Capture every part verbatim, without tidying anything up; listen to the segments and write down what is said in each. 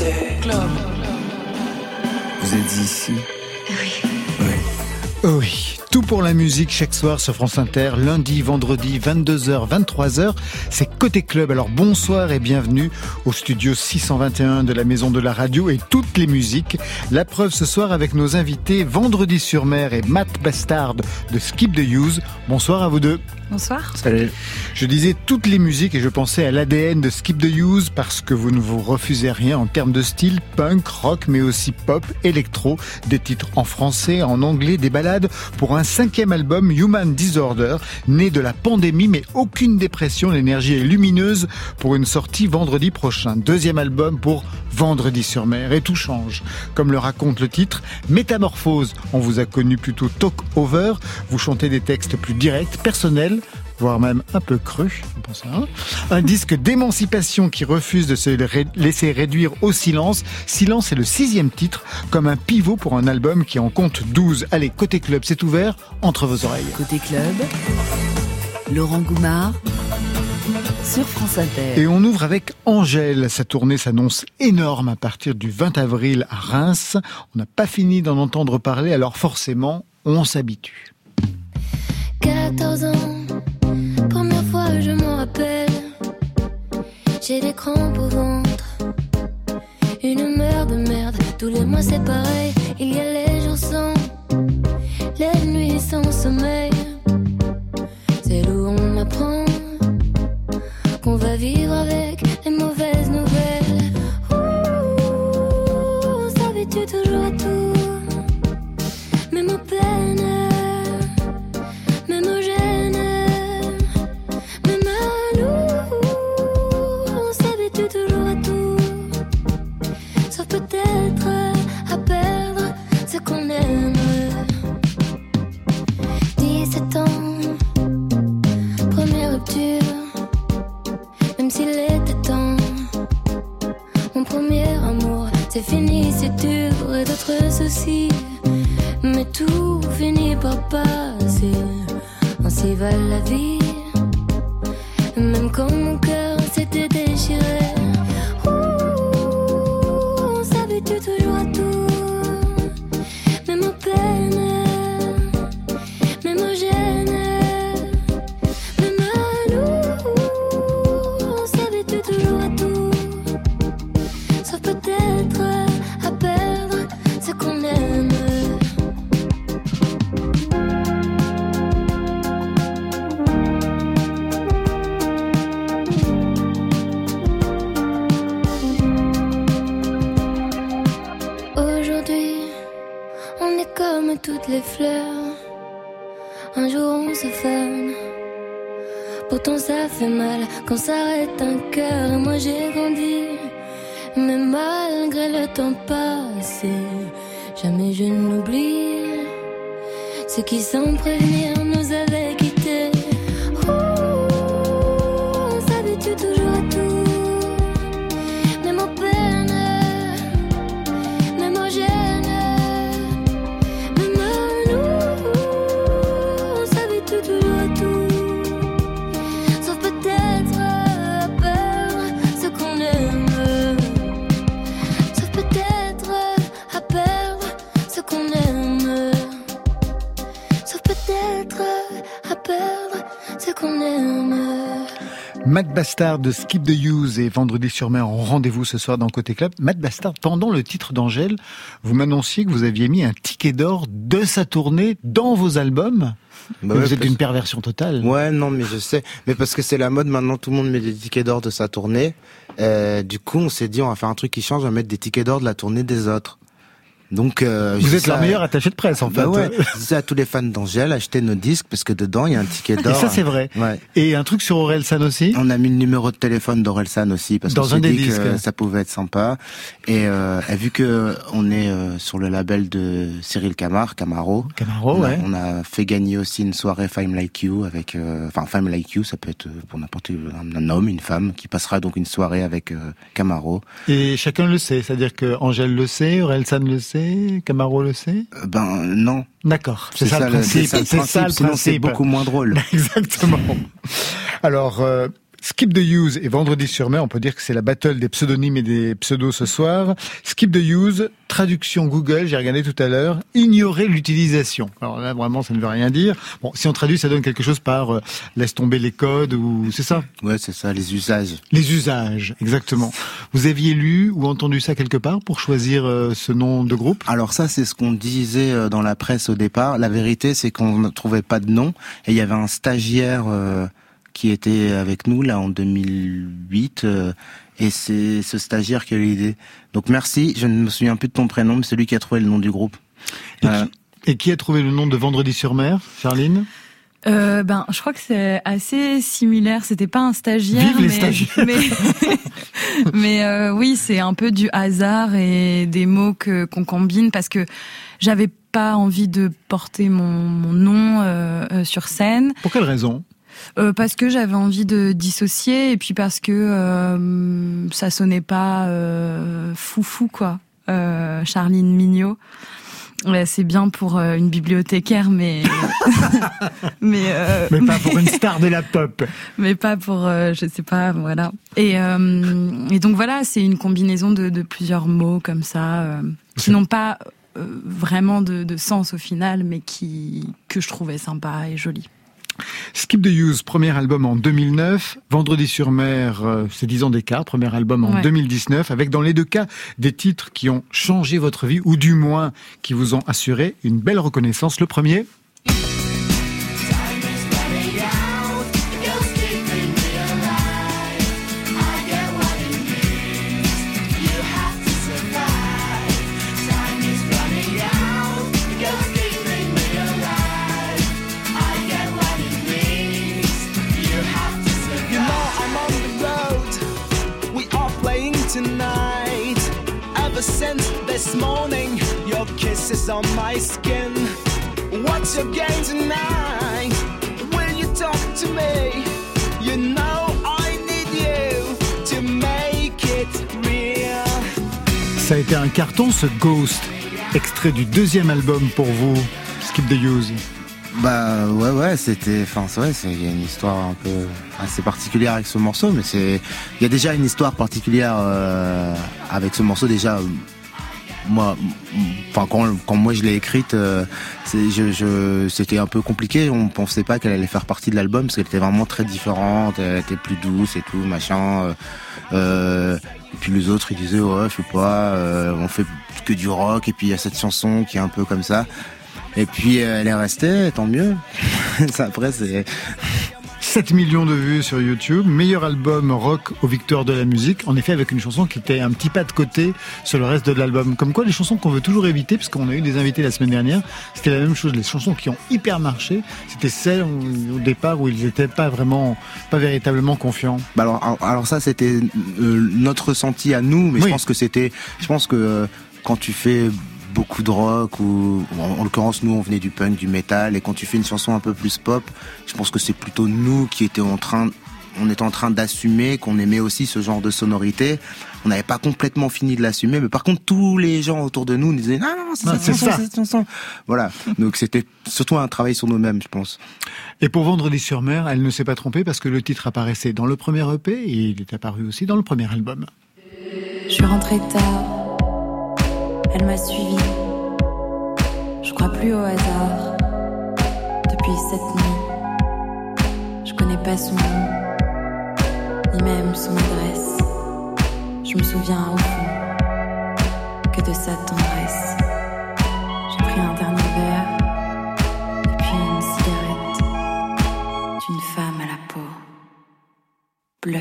Côté Club. Vous êtes ici? Oui. Oui. Oui. Tout pour la musique chaque soir sur France Inter, lundi, vendredi, vingt-deux heures, vingt-trois heures, c'est Côté Club. Alors bonsoir et bienvenue au studio six cent vingt et un de la Maison de la Radio et toutes les musiques. La preuve ce soir avec nos invités Vendredi sur Mer et Matt Bastard de Skip the Use. Bonsoir à vous deux. Bonsoir. Salut. Je disais toutes les musiques et je pensais à l'A D N de Skip the Use parce que vous ne vous refusez rien en termes de style, punk, rock, mais aussi pop, électro, des titres en français, en anglais, des ballades pour un cinquième album, Human Disorder, né de la pandémie, mais aucune dépression, l'énergie est lumineuse pour une sortie vendredi prochain. Deuxième album pour Vendredi sur Mer et tout change. Comme le raconte le titre, Métamorphose, on vous a connu plutôt talk over, vous chantez des textes plus directs, personnels, voire même un peu crus. Un disque d'émancipation qui refuse de se laisser réduire au silence. Silence est le sixième titre, comme un pivot pour un album qui en compte douze. Allez, Côté Club, c'est ouvert entre vos oreilles. Côté Club, Laurent Goumard sur France Inter. Et on ouvre avec Angèle. Sa tournée s'annonce énorme à partir du vingt avril à Reims. On n'a pas fini d'en entendre parler, alors forcément, on s'habitue. quatorze ans, première fois je m'en rappelle. J'ai des crampes au ventre, une merde de merde. Tous les mois c'est pareil, il y a les jours sans, les nuits sans sommeil. C'est où on apprend qu'on va vivre avec les mauvaises nouvelles. Ouh, on s'habitue toujours à tout, même aux peines. Peut-être à perdre ce qu'on aime. Dix-sept ans, première rupture, même s'il était temps. Mon premier amour, c'est fini, c'est dur et d'autres soucis, mais tout finit par passer. Ainsi va la vie, même quand mon cœur s'était déchiré. Toujours à tout, même aux peines, même aux gênes, même à nous, on s'habitue toujours à tout, sauf peut-être à perdre ce qu'on aime. Comme toutes les fleurs, un jour on se fane. Pourtant ça fait mal quand s'arrête un cœur. Et moi j'ai grandi, mais malgré le temps passé, jamais je n'oublie ceux qui sans prévenir nous avaient quittés. Ouh, on s'habitue toujours à tout, même aux peines, même aux gênes. Matt Bastard de Skip the Use et Vendredi sur Mer ont rendez-vous ce soir dans Côté Club. Matt Bastard, pendant le titre d'Angèle, vous m'annonciez que vous aviez mis un ticket d'or de sa tournée dans vos albums. Bah ouais, vous êtes parce... une perversion totale. Ouais, non, mais je sais. Mais parce que c'est la mode, maintenant tout le monde met des tickets d'or de sa tournée. Euh, du coup, on s'est dit, on va faire un truc qui change, on va mettre des tickets d'or de la tournée des autres. Donc, euh, vous êtes ça, leur meilleur attaché de presse, en bah fait. Ouais. Je disais à tous les fans d'Angèle, achetez nos disques parce que dedans il y a un ticket d'or. Et ça c'est vrai. Ouais. Et un truc sur Orelsan aussi. On a mis le numéro de téléphone d'Orelsan aussi parce qu'on s'est dit disques. que ça pouvait être sympa. Et, euh, et vu que on est euh, sur le label de Cyril Camar, Camaro, Camaro, on a, ouais. on a fait gagner aussi une soirée Femme Like You avec, euh, enfin Femme Like You, ça peut être pour n'importe un, un homme, une femme, qui passera donc une soirée avec euh, Camaro. Et chacun le sait, c'est-à-dire que Angèle le sait, Orelsan le sait, Camaro le sait. Euh, ben non. D'accord, c'est, c'est ça, ça le principe. C'est ça le principe. Sinon c'est beaucoup moins drôle. Exactement. Alors, euh, Skip the Use et Vendredi sur mer, on peut dire que c'est la battle des pseudonymes et des pseudos ce soir. Skip the Use, traduction Google, j'ai regardé tout à l'heure, ignorer l'utilisation. Alors là, vraiment, ça ne veut rien dire. Bon, si on traduit, ça donne quelque chose par euh, laisse tomber les codes ou c'est ça ? Ouais, c'est ça, les usages. Les usages, exactement. Vous aviez lu ou entendu ça quelque part pour choisir euh, ce nom de groupe ? Alors ça, c'est ce qu'on disait dans la presse au départ. La vérité, c'est qu'on ne trouvait pas de nom et il y avait un stagiaire euh, qui était avec nous là en deux mille huit euh, et c'est ce stagiaire qui a eu l'idée. Donc merci, je ne me souviens plus de ton prénom, mais c'est lui qui a trouvé le nom du groupe. Et, euh, qui, et qui a trouvé le nom de Vendredi sur mer, Charline ? Euh, ben, je crois que c'est assez similaire. C'était pas un stagiaire, Vive les mais, stagiaires. mais, mais euh, oui, c'est un peu du hasard et des mots que qu'on combine parce que j'avais pas envie de porter mon, mon nom euh, euh, sur scène. Pour quelle raison ? Euh, parce que j'avais envie de dissocier et puis parce que euh, ça sonnait pas euh, foufou quoi. Euh, Charline Mignot. Ouais, c'est bien pour euh, une bibliothécaire, mais mais euh... mais pas pour une star de la pop. Mais pas pour, euh, je sais pas, voilà. Et euh, et donc voilà, c'est une combinaison de, de plusieurs mots comme ça, euh, qui n'ont pas euh, vraiment de, de sens au final, mais qui que je trouvais sympa et joli. Skip the Use, premier album en deux mille neuf. Vendredi sur mer, euh, c'est dix ans d'écart, premier album en ouais. deux mille dix-neuf, avec dans les deux cas des titres qui ont changé votre vie, ou du moins qui vous ont assuré une belle reconnaissance. Le premier... Since this morning, your kisses on my skin. What's your game tonight? Will you talk to me? You know I need you to make it real. Ça a été un carton, ce Ghost, extrait du deuxième album pour vous, Skip the Use. Bah ouais ouais c'était enfin c'est vrai c'est il y a une histoire un peu assez particulière avec ce morceau mais c'est il y a déjà une histoire particulière euh, avec ce morceau déjà euh, moi enfin quand quand moi je l'ai écrite euh, c'est je, je c'était un peu compliqué, on pensait pas qu'elle allait faire partie de l'album parce qu'elle était vraiment très différente, elle était plus douce et tout machin euh, euh, et puis les autres ils disaient ouais je sais pas euh, on fait que du rock et puis il y a cette chanson qui est un peu comme ça. Et puis elle est restée, tant mieux. Ça, après c'est sept millions de vues sur YouTube, meilleur album rock aux victoires de la musique, en effet avec une chanson qui était un petit pas de côté sur le reste de l'album. Comme quoi les chansons qu'on veut toujours éviter, parce qu'on a eu des invités la semaine dernière, c'était la même chose, les chansons qui ont hyper marché, c'était celles au départ où ils étaient pas vraiment, pas véritablement confiants. Bah alors, alors ça c'était euh, notre ressenti à nous, mais oui. je pense que c'était, je pense que euh, quand tu fais beaucoup de rock ou en, en l'occurrence nous on venait du punk, du métal et quand tu fais une chanson un peu plus pop, je pense que c'est plutôt nous qui étions en train on était en train d'assumer qu'on aimait aussi ce genre de sonorité. On n'avait pas complètement fini de l'assumer, mais par contre tous les gens autour de nous nous disaient non non c'est, ah, cette, c'est chanson, ça. c'est cette chanson. Voilà. Donc c'était surtout un travail sur nous-mêmes, je pense. Et pour Vendredi sur mer, elle ne s'est pas trompée parce que le titre apparaissait dans le premier E P et il est apparu aussi dans le premier album. Je suis rentrée tard. Elle m'a suivi, je crois plus au hasard. Depuis cette nuit, je connais pas son nom, ni même son adresse. Je me souviens au fond que de sa tendresse. J'ai pris un dernier verre, et puis une cigarette d'une femme à la peau bleue.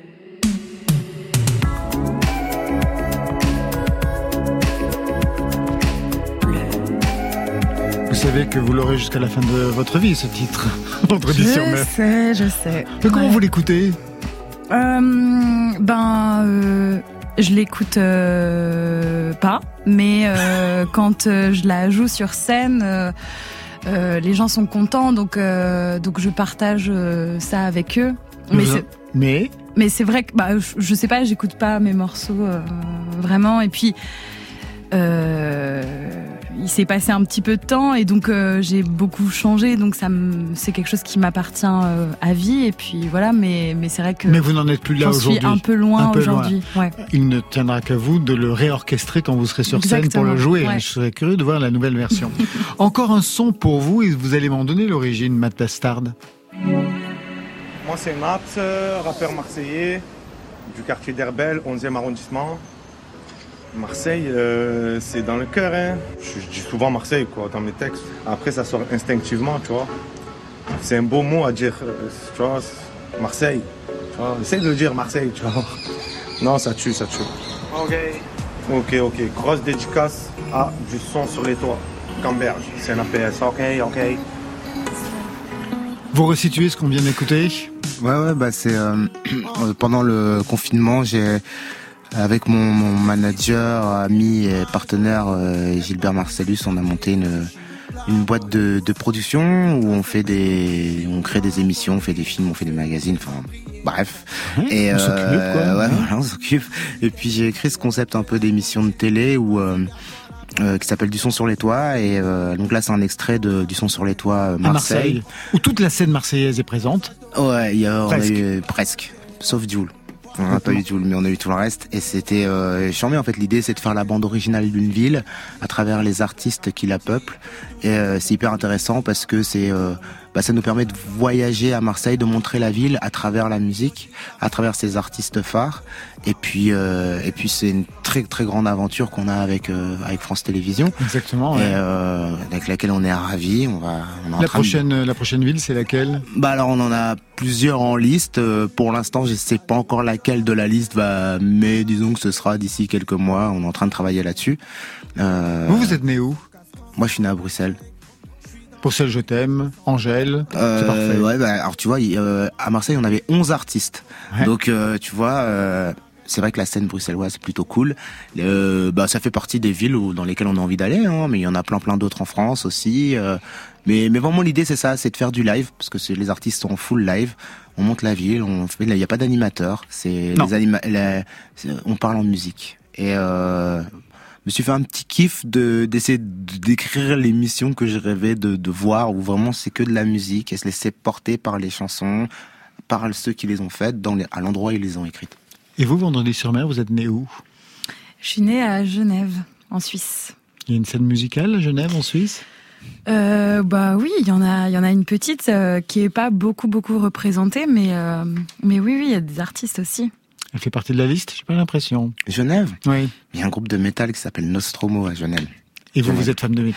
Vous savez que vous l'aurez jusqu'à la fin de votre vie, ce titre. Vendredi je sur mer. Je sais, je sais. Mais comment ouais. vous l'écoutez ? euh, Ben, euh, je l'écoute euh, pas, mais euh, quand euh, je la joue sur scène, euh, euh, les gens sont contents, donc euh, donc je partage euh, ça avec eux. Mais c'est, mais mais c'est vrai que bah, je, je sais pas, j'écoute pas mes morceaux euh, vraiment, et puis. Euh, il s'est passé un petit peu de temps et donc euh, j'ai beaucoup changé, donc ça me, c'est quelque chose qui m'appartient euh, à vie. Et puis voilà, mais mais c'est vrai que. Mais vous n'en êtes plus là j'en aujourd'hui. suis un peu loin un peu aujourd'hui. Loin. Ouais. Il ne tiendra qu'à vous de le réorchestrer quand vous serez sur Exactement. scène pour le jouer. Ouais. Je serais curieux de voir la nouvelle version. Encore un son pour vous et vous allez m'en donner l'origine, Matt Bastard. Moi, c'est Maps, rappeur marseillais du quartier d'Herbel, onzième arrondissement. Marseille, euh, c'est dans le cœur. Hein. Je, je dis souvent Marseille quoi, dans mes textes. Après, ça sort instinctivement, tu vois. C'est un beau mot à dire, tu vois, Marseille. Tu vois, essaye de le dire Marseille, tu vois. Non, ça tue, ça tue. Ok. Ok, ok. Grosse dédicace à du son sur les toits. Camberge, c'est un A P S. Ok, ok. Vous resituez ce qu'on vient d'écouter ? Ouais, ouais, bah c'est euh, pendant le confinement, j'ai avec mon, mon manager, ami et partenaire euh, Gilbert Marcellus, on a monté une une boîte de, de production où on fait des, on crée des émissions, on fait des films, on fait des magazines, enfin bref. Mmh, et on euh, s'occupe quoi. Ouais, voilà, on s'occupe. Et puis j'ai créé ce concept un peu d'émission de télé où euh, Euh, qui s'appelle Du son sur les toits et euh, donc là c'est un extrait de Du son sur les toits euh, Marseille. À Marseille, où toute la scène marseillaise est présente. Ouais, il y a, presque. on a eu presque, sauf Jul. On n'a pas eu Jul, mais on a eu tout le reste. Et c'était euh, charmé en fait. L'idée c'est de faire la bande originale d'une ville à travers les artistes qui la peuplent. Et euh, c'est hyper intéressant parce que c'est euh, bah, ça nous permet de voyager à Marseille, de montrer la ville à travers la musique, à travers ses artistes phares. Et puis euh, et puis c'est une très très grande aventure qu'on a avec euh, avec France Télévisions. Exactement. Ouais. Et euh, avec laquelle on est ravis. On va. On est en la train prochaine de... la prochaine ville, c'est laquelle ? Bah alors on en a plusieurs en liste. Euh, pour l'instant, je sais pas encore laquelle de la liste va, mais disons que ce sera d'ici quelques mois. On est en train de travailler là-dessus. Euh... Vous vous êtes né où ? Moi, je suis né à Bruxelles. Bruxelles, je t'aime. Angèle, euh, c'est parfait. Ouais, bah, alors tu vois, euh, à Marseille, on avait onze artistes. Ouais. Donc euh, tu vois. Euh... C'est vrai que la scène bruxelloise c'est plutôt cool. Euh, bah ça fait partie des villes où, dans lesquelles on a envie d'aller, hein, mais il y en a plein plein d'autres en France aussi. Euh, mais mais vraiment l'idée c'est ça, c'est de faire du live parce que c'est, les artistes sont en full live. On monte la ville, on fait, il y a pas d'animateur, c'est les anima, la, c'est, on parle en musique. Et euh, je me suis fait un petit kiff de d'essayer de, d'écrire l'émission que je rêvais de de voir où vraiment c'est que de la musique et se laisser porter par les chansons, par ceux qui les ont faites dans les, à l'endroit où ils les ont écrites. Et vous, Vendredi-sur-Mer, vous êtes né où ? Je suis née à Genève, en Suisse. Il y a une scène musicale à Genève, en Suisse ? euh, Bah oui, il y en a, il y en a une petite euh, qui est pas beaucoup beaucoup représentée, mais euh, mais oui, oui, il y a des artistes aussi. Elle fait partie de la liste, j'ai pas l'impression. Genève ? Oui. Il y a un groupe de métal qui s'appelle Nostromo à Genève. Et vous, Genève. Vous êtes femme de métal ?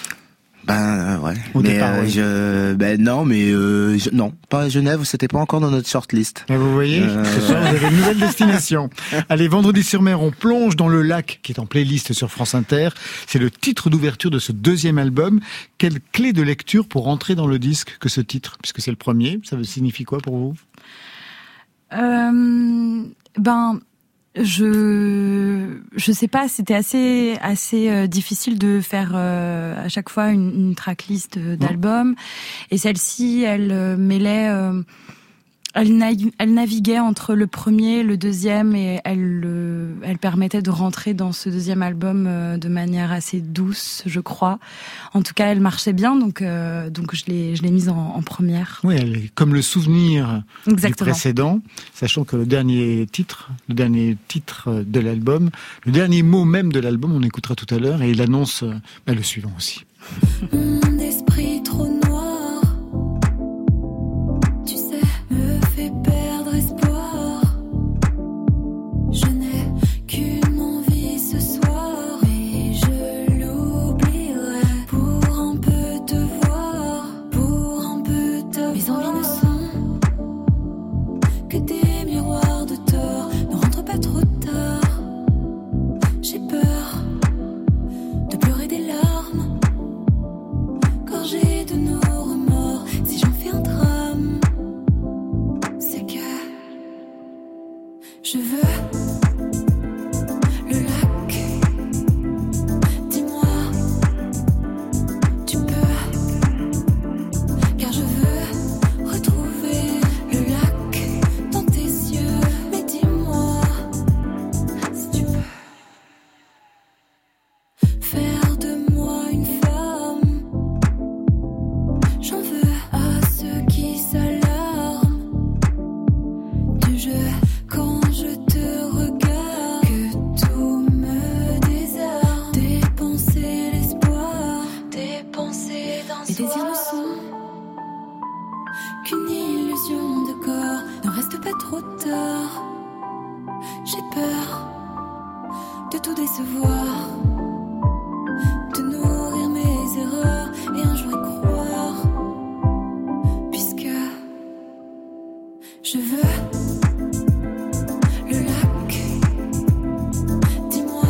Ben euh, ouais. Au mais départ, euh, oui. je ben non mais euh, je, non, pas à Genève, c'était pas encore dans notre shortlist. Et vous voyez, euh... ce soir vous avez une nouvelle destination. Allez, Vendredi-sur-Mer, on plonge dans le lac qui est en playlist sur France Inter. C'est le titre d'ouverture de ce deuxième album. Quelle clé de lecture pour entrer dans le disque que ce titre, puisque c'est le premier, ça signifie quoi pour vous ? euh, Ben Je je sais pas, c'était assez assez euh, difficile de faire euh, à chaque fois une, une tracklist d'albums et celle-ci elle euh, mêlait euh, elle, na- elle naviguait entre le premier, le deuxième et elle euh, elle permettait de rentrer dans ce deuxième album euh, de manière assez douce, je crois. En tout cas, elle marchait bien donc euh, donc je l'ai je l'ai mise en, en première. Oui, elle est comme le souvenir Exactement. du précédent, sachant que le dernier titre, le dernier titre de l'album, le dernier mot même de l'album, on écoutera tout à l'heure, et il annonce bah, le suivant aussi. Mon esprit trop noir, tu sais, me fait perdre espoir. Je n'ai qu'une envie ce soir, mais je l'oublierai pour un peu te voir, pour un peu te voir. Mes envies ne sont que des miroirs de tort. Ne rentre pas trop tard. J'ai peur de pleurer des larmes, gorgées de nos tout décevoir, de nourrir mes erreurs et un jour y croire, puisque je veux le lac. Dis-moi,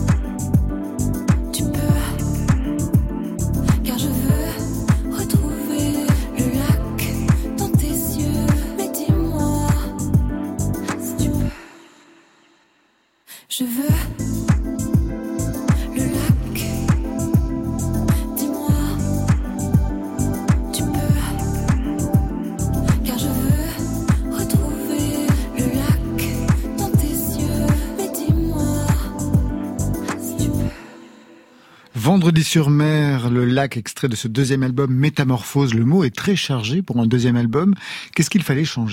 tu peux, car je veux retrouver le lac dans tes yeux. Mais dis-moi si tu peux. Je veux le lac. Dis-moi, tu peux, car je veux retrouver le lac dans tes yeux. Mais dis-moi si tu peux. Vendredi sur mer, le lac, extrait de ce deuxième album Métamorphose. Le mot est très chargé pour un deuxième album. Qu'est-ce qu'il fallait changer ?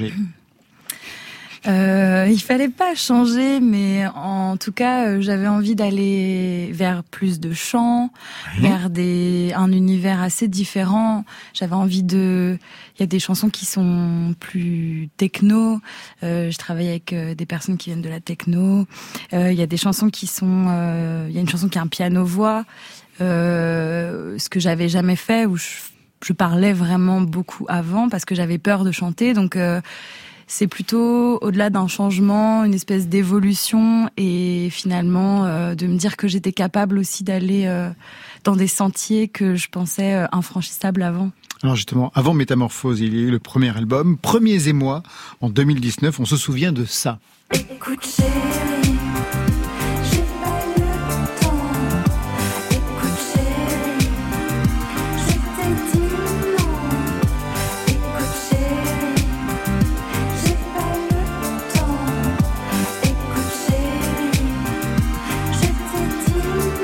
Euh, il fallait pas changer, mais en tout cas, euh, j'avais envie d'aller vers plus de chants, Oui. vers des un univers assez différent. J'avais envie de, il y a des chansons qui sont plus techno. Euh, je travaille avec euh, des personnes qui viennent de la techno. Euh, il y a des chansons qui sont, euh, il y a une chanson qui a un piano voix, euh, ce que j'avais jamais fait, où je, je parlais vraiment beaucoup avant parce que j'avais peur de chanter, donc. Euh, C'est plutôt au-delà d'un changement, une espèce d'évolution et finalement euh, de me dire que j'étais capable aussi d'aller euh, dans des sentiers que je pensais euh, infranchissables avant. Alors justement, avant Métamorphose, il y a eu le premier album, Premiers émois, en deux mille dix-neuf. On se souvient de ça. Écoute chérie, j'ai pas eu le temps. Écoute chérie, je t'ai dit non. Écoute chérie, j'ai pas eu le temps. Écoute chérie, je t'ai dit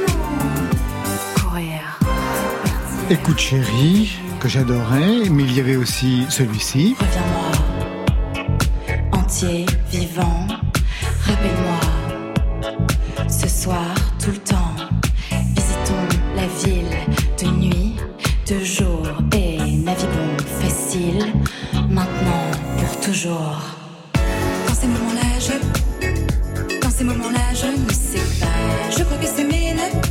non. Courir, partir. Écoute chérie, que j'adorais, mais il y avait aussi celui-ci. Reviens-moi, entier, vivant, rappelle-moi, ce soir, tout le temps, visitons la ville, de nuit, de jour, et naviguons facile, maintenant, pour toujours. Dans ces moments-là, je, dans ces moments-là, je ne sais pas, je crois que s'aimer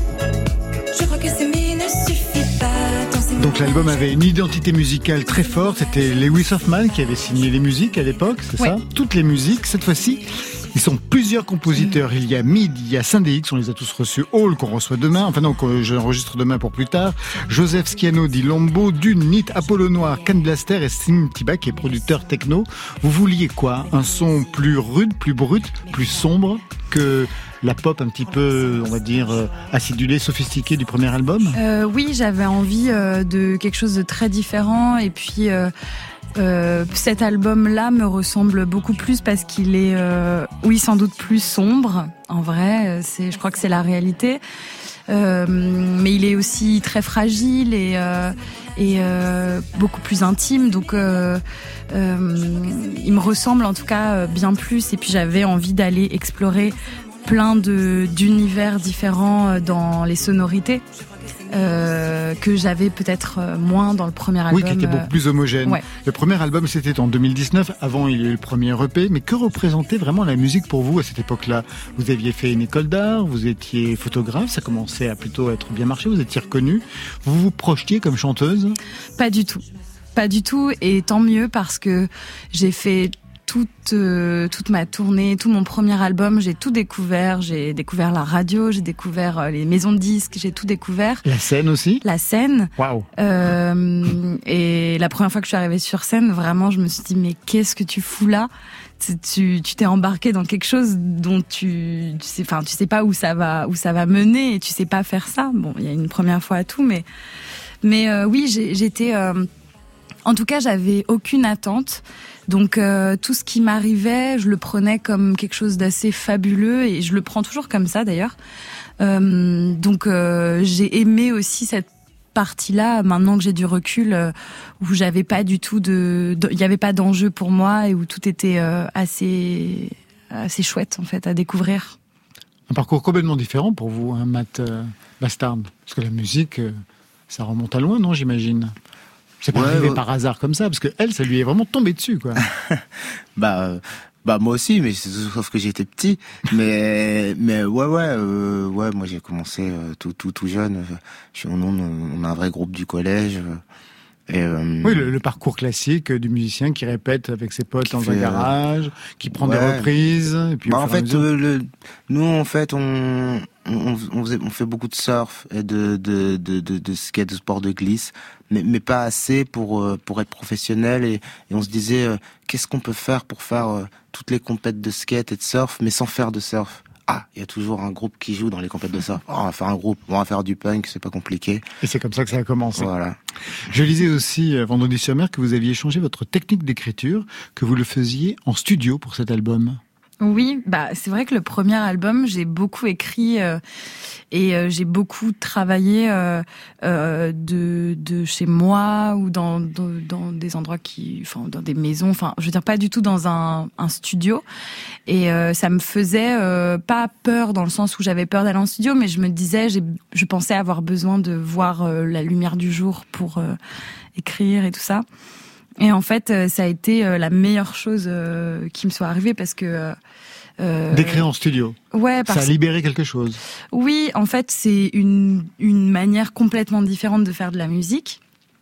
ne, je crois que s'aimer ne suffit pas. Dans ces Donc moments-là, l'album je- avait une identité musicale très forte. C'était Lewis Hoffman qui avait signé les musiques à l'époque, c'est Oui. ça ? Toutes les musiques. Cette fois-ci, ils sont plusieurs compositeurs. Il y a Mid, il y a Syndex, on les a tous reçus. Hall qu'on reçoit demain, enfin non, que j'enregistre demain pour plus tard. Joseph Schiano, dit Lombo, Dune, Nit, Apollo Noir, Can Blaster et Sim Tiba qui est producteur techno. Vous vouliez quoi ? Un son plus rude, plus brut, plus sombre que la pop un petit peu, on va dire, euh, acidulée, sophistiquée du premier album ? Euh, oui, j'avais envie euh, de quelque chose de très différent et puis euh, euh, cet album-là me ressemble beaucoup plus parce qu'il est, euh, oui, sans doute plus sombre. En vrai, c'est, je crois que c'est la réalité. Euh, mais il est aussi très fragile et, euh, et euh, beaucoup plus intime. Donc, euh, euh, il me ressemble en tout cas bien plus. Et puis, j'avais envie d'aller explorer plein de d'univers différents dans les sonorités euh, que j'avais peut-être moins dans le premier album. Oui, qui était beaucoup plus homogène. Ouais. Le premier album, c'était en deux mille dix-neuf. Avant, il y a eu le premier E P. Mais que représentait vraiment la musique pour vous à cette époque-là ? Vous aviez fait une école d'art, vous étiez photographe, ça commençait à plutôt être bien marché, vous étiez reconnue. Vous vous projetiez comme chanteuse ? Pas du tout. Pas du tout. Et tant mieux parce que j'ai fait toute euh, toute ma tournée, tout mon premier album, j'ai tout découvert. J'ai découvert la radio, j'ai découvert euh, les maisons de disques, j'ai tout découvert. La scène aussi ? La scène. Waouh ! Euh, et la première fois que je suis arrivée sur scène, vraiment, je me suis dit, mais qu'est-ce que tu fous là ? Tu, tu, tu t'es embarqué dans quelque chose dont tu, tu sais, enfin, tu sais pas où ça va, où ça va mener, et tu sais pas faire ça. Bon, il y a une première fois à tout, mais, mais euh, oui, j'ai, j'étais, euh, en tout cas, j'avais aucune attente. Donc euh, tout ce qui m'arrivait, je le prenais comme quelque chose d'assez fabuleux et je le prends toujours comme ça d'ailleurs. Euh, donc euh, j'ai aimé aussi cette partie-là maintenant que j'ai du recul euh, où j'avais pas du tout de, il y avait pas d'enjeu pour moi et où tout était euh, assez assez chouette en fait à découvrir. Un parcours complètement différent pour vous, hein, Matt euh, Bastard. Parce que la musique, euh, ça remonte à loin, non, j'imagine ? C'est pas Ouais, arrivé ouais. par hasard comme ça, parce que elle, ça lui est vraiment tombé dessus, quoi. Bah, euh, Bah moi aussi, mais sauf que j'étais petit. Mais mais ouais ouais euh, ouais moi j'ai commencé euh, tout tout tout jeune. Je suis on, on a un vrai groupe du collège. Et euh, oui, le, le parcours classique du musicien qui répète avec ses potes dans un garage, qui prend ouais. des reprises. Et puis bah en fait, euh, le, nous en fait on on, on, faisait, on fait beaucoup de surf et de de de de, de skate, de sport de glisse, mais mais pas assez pour pour être professionnel. Et, et on se disait euh, qu'est-ce qu'on peut faire pour faire euh, toutes les compètes de skate et de surf, mais sans faire de surf. Ah, il y a toujours un groupe qui joue dans les compètes de surf. Oh, on va faire un groupe, on va faire du punk, c'est pas compliqué. Et c'est comme ça que ça a commencé. Voilà. Je lisais aussi, euh, Vendredi sur Mer, que vous aviez changé votre technique d'écriture, que vous le faisiez en studio pour cet album. Oui, bah c'est vrai que le premier album, j'ai beaucoup écrit euh, et euh, j'ai beaucoup travaillé euh, euh, de de chez moi ou dans, dans dans des endroits qui, enfin dans des maisons, enfin je veux dire pas du tout dans un un studio. Et euh, ça me faisait euh, pas peur dans le sens où j'avais peur d'aller en studio, mais je me disais, j'ai, je pensais avoir besoin de voir euh, la lumière du jour pour euh, écrire et tout ça. Et en fait, ça a été la meilleure chose qui me soit arrivée parce que euh, d'écrire en studio. Ouais, parce... ça a libéré quelque chose. Oui, en fait, c'est une une manière complètement différente de faire de la musique.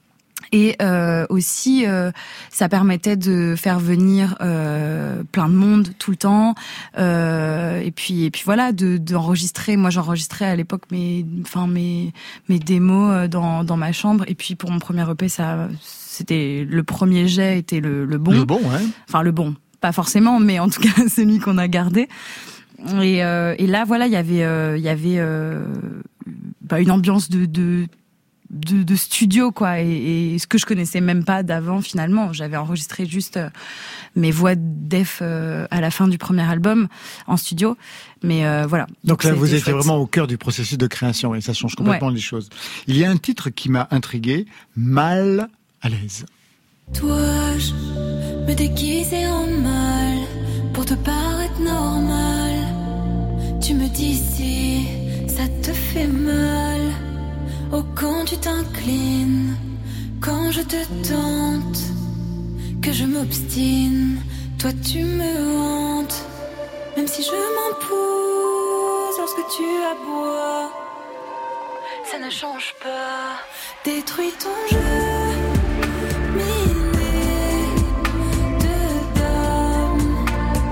Et euh, aussi, euh, ça permettait de faire venir euh, plein de monde tout le temps. Euh, et puis, et puis voilà, de d'enregistrer. Moi, j'enregistrais à l'époque mes, enfin mes mes démos dans dans ma chambre. Et puis pour mon premier E P, ça, c'était le premier jet était le le bon. Le bon, ouais. Enfin le bon, pas forcément, mais en tout cas celui qu'on a gardé. Et euh, et là, voilà, il y avait euh, il y avait euh, bah, une ambiance de de De, de studio quoi et, et ce que je connaissais même pas d'avant finalement. J'avais enregistré juste euh, mes voix def euh, à la fin du premier album en studio, mais euh, voilà. Donc, Donc là vous étiez chouette. Vraiment au cœur du processus de création et ça change complètement ouais. les choses. Il y a un titre qui m'a intrigué, Mal à l'aise. Dois-je me déguiser en mal pour te paraître normal? Tu me dis si ça te fait mal. Oh, quand tu t'inclines, quand je te tente, que je m'obstine, toi tu me hantes. Même si je m'empousse lorsque tu aboies, ça ne change pas. Détruis ton jeu, miné de dames.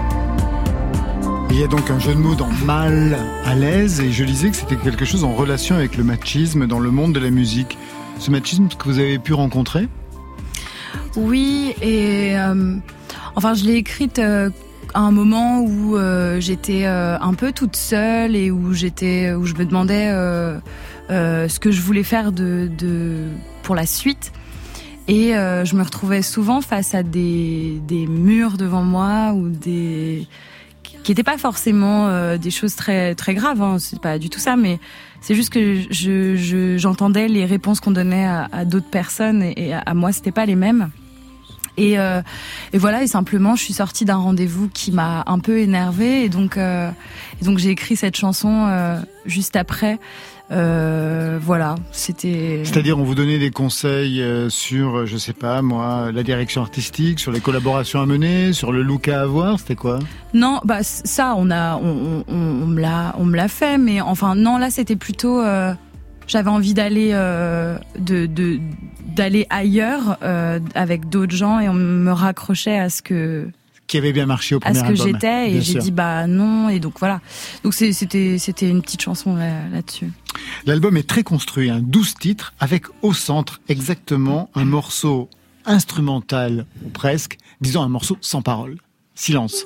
Il y a donc un jeu de mots dans Mal à l'aise et je lisais que c'était quelque chose en relation avec le machisme dans le monde de la musique. Ce machisme que vous avez pu rencontrer ? Oui, et euh, enfin je l'ai écrite euh, à un moment où euh, j'étais euh, un peu toute seule et où j'étais, où je me demandais euh, euh, ce que je voulais faire de, de pour la suite. Et euh, je me retrouvais souvent face à des, des murs devant moi ou des qui n'étaient pas forcément euh, des choses très très graves, hein, c'est pas du tout ça, mais c'est juste que je, je j'entendais les réponses qu'on donnait à, à d'autres personnes et, et à, à moi c'était pas les mêmes. Et, euh, et voilà, et simplement je suis sortie d'un rendez-vous qui m'a un peu énervée et donc euh, et donc j'ai écrit cette chanson euh, juste après. Euh, voilà, c'était. C'est-à-dire, on vous donnait des conseils sur, je sais pas moi, la direction artistique, sur les collaborations à mener, sur le look à avoir, c'était quoi ? Non, bah ça, on a, on, on, on me l'a, on me l'a fait, mais enfin non, là c'était plutôt, euh, j'avais envie d'aller, euh, de, de, d'aller ailleurs euh, avec d'autres gens et on me raccrochait à ce que. Qui avait bien marché au premier album. À ce que album, j'étais et j'ai sûr. dit bah non et donc voilà. Donc c'est, c'était c'était une petite chanson là, là-dessus. L'album est très construit, hein, douze titres avec au centre exactement un morceau instrumental ou presque, disons un morceau sans parole. Silence.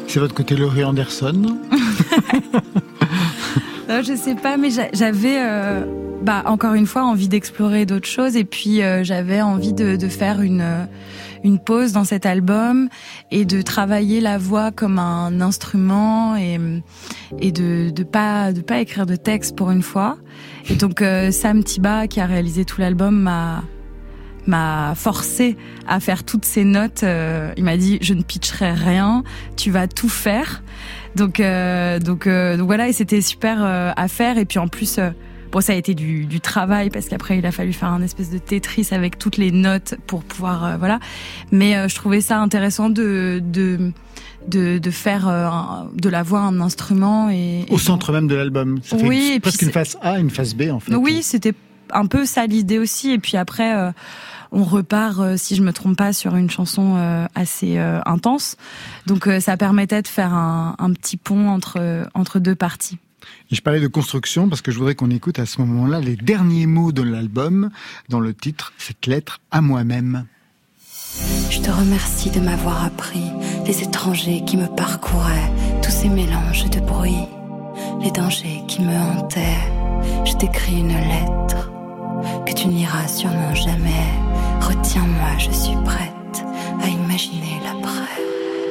C'est votre côté Laurie Anderson? Non, je sais pas, mais j'avais, euh, bah, encore une fois, envie d'explorer d'autres choses. Et puis, euh, j'avais envie de, de faire une, une pause dans cet album et de travailler la voix comme un instrument et, et de, de pas, de pas écrire de texte pour une fois. Et donc, euh, Sam Tiba, qui a réalisé tout l'album, m'a, m'a forcé à faire toutes ces notes. Euh, il m'a dit, je ne pitcherai rien, tu vas tout faire. Donc, euh, donc, euh, donc voilà, et c'était super euh, à faire. Et puis en plus, euh, bon, ça a été du, du travail parce qu'après il a fallu faire un espèce de Tetris avec toutes les notes pour pouvoir, euh, voilà. Mais euh, je trouvais ça intéressant de de de, de faire euh, de la voix un instrument et, et au centre même de l'album. Ça oui, fait et presque puis une face A, une face B en fait. Oui, c'était un peu ça l'idée aussi. Et puis après. Euh, On repart, euh, si je me trompe pas, sur une chanson euh, assez euh, intense. Donc euh, ça permettait de faire un, un petit pont entre euh, entre deux parties. Et je parlais de construction parce que je voudrais qu'on écoute à ce moment-là les derniers mots de l'album, dans le titre, cette lettre à moi-même. Je te remercie de m'avoir appris les étrangers qui me parcouraient, tous ces mélanges de bruit, les dangers qui me hantaient. Je t'écris une lettre que tu ne liras sûrement jamais. Retiens-moi, je suis prête à imaginer l'après.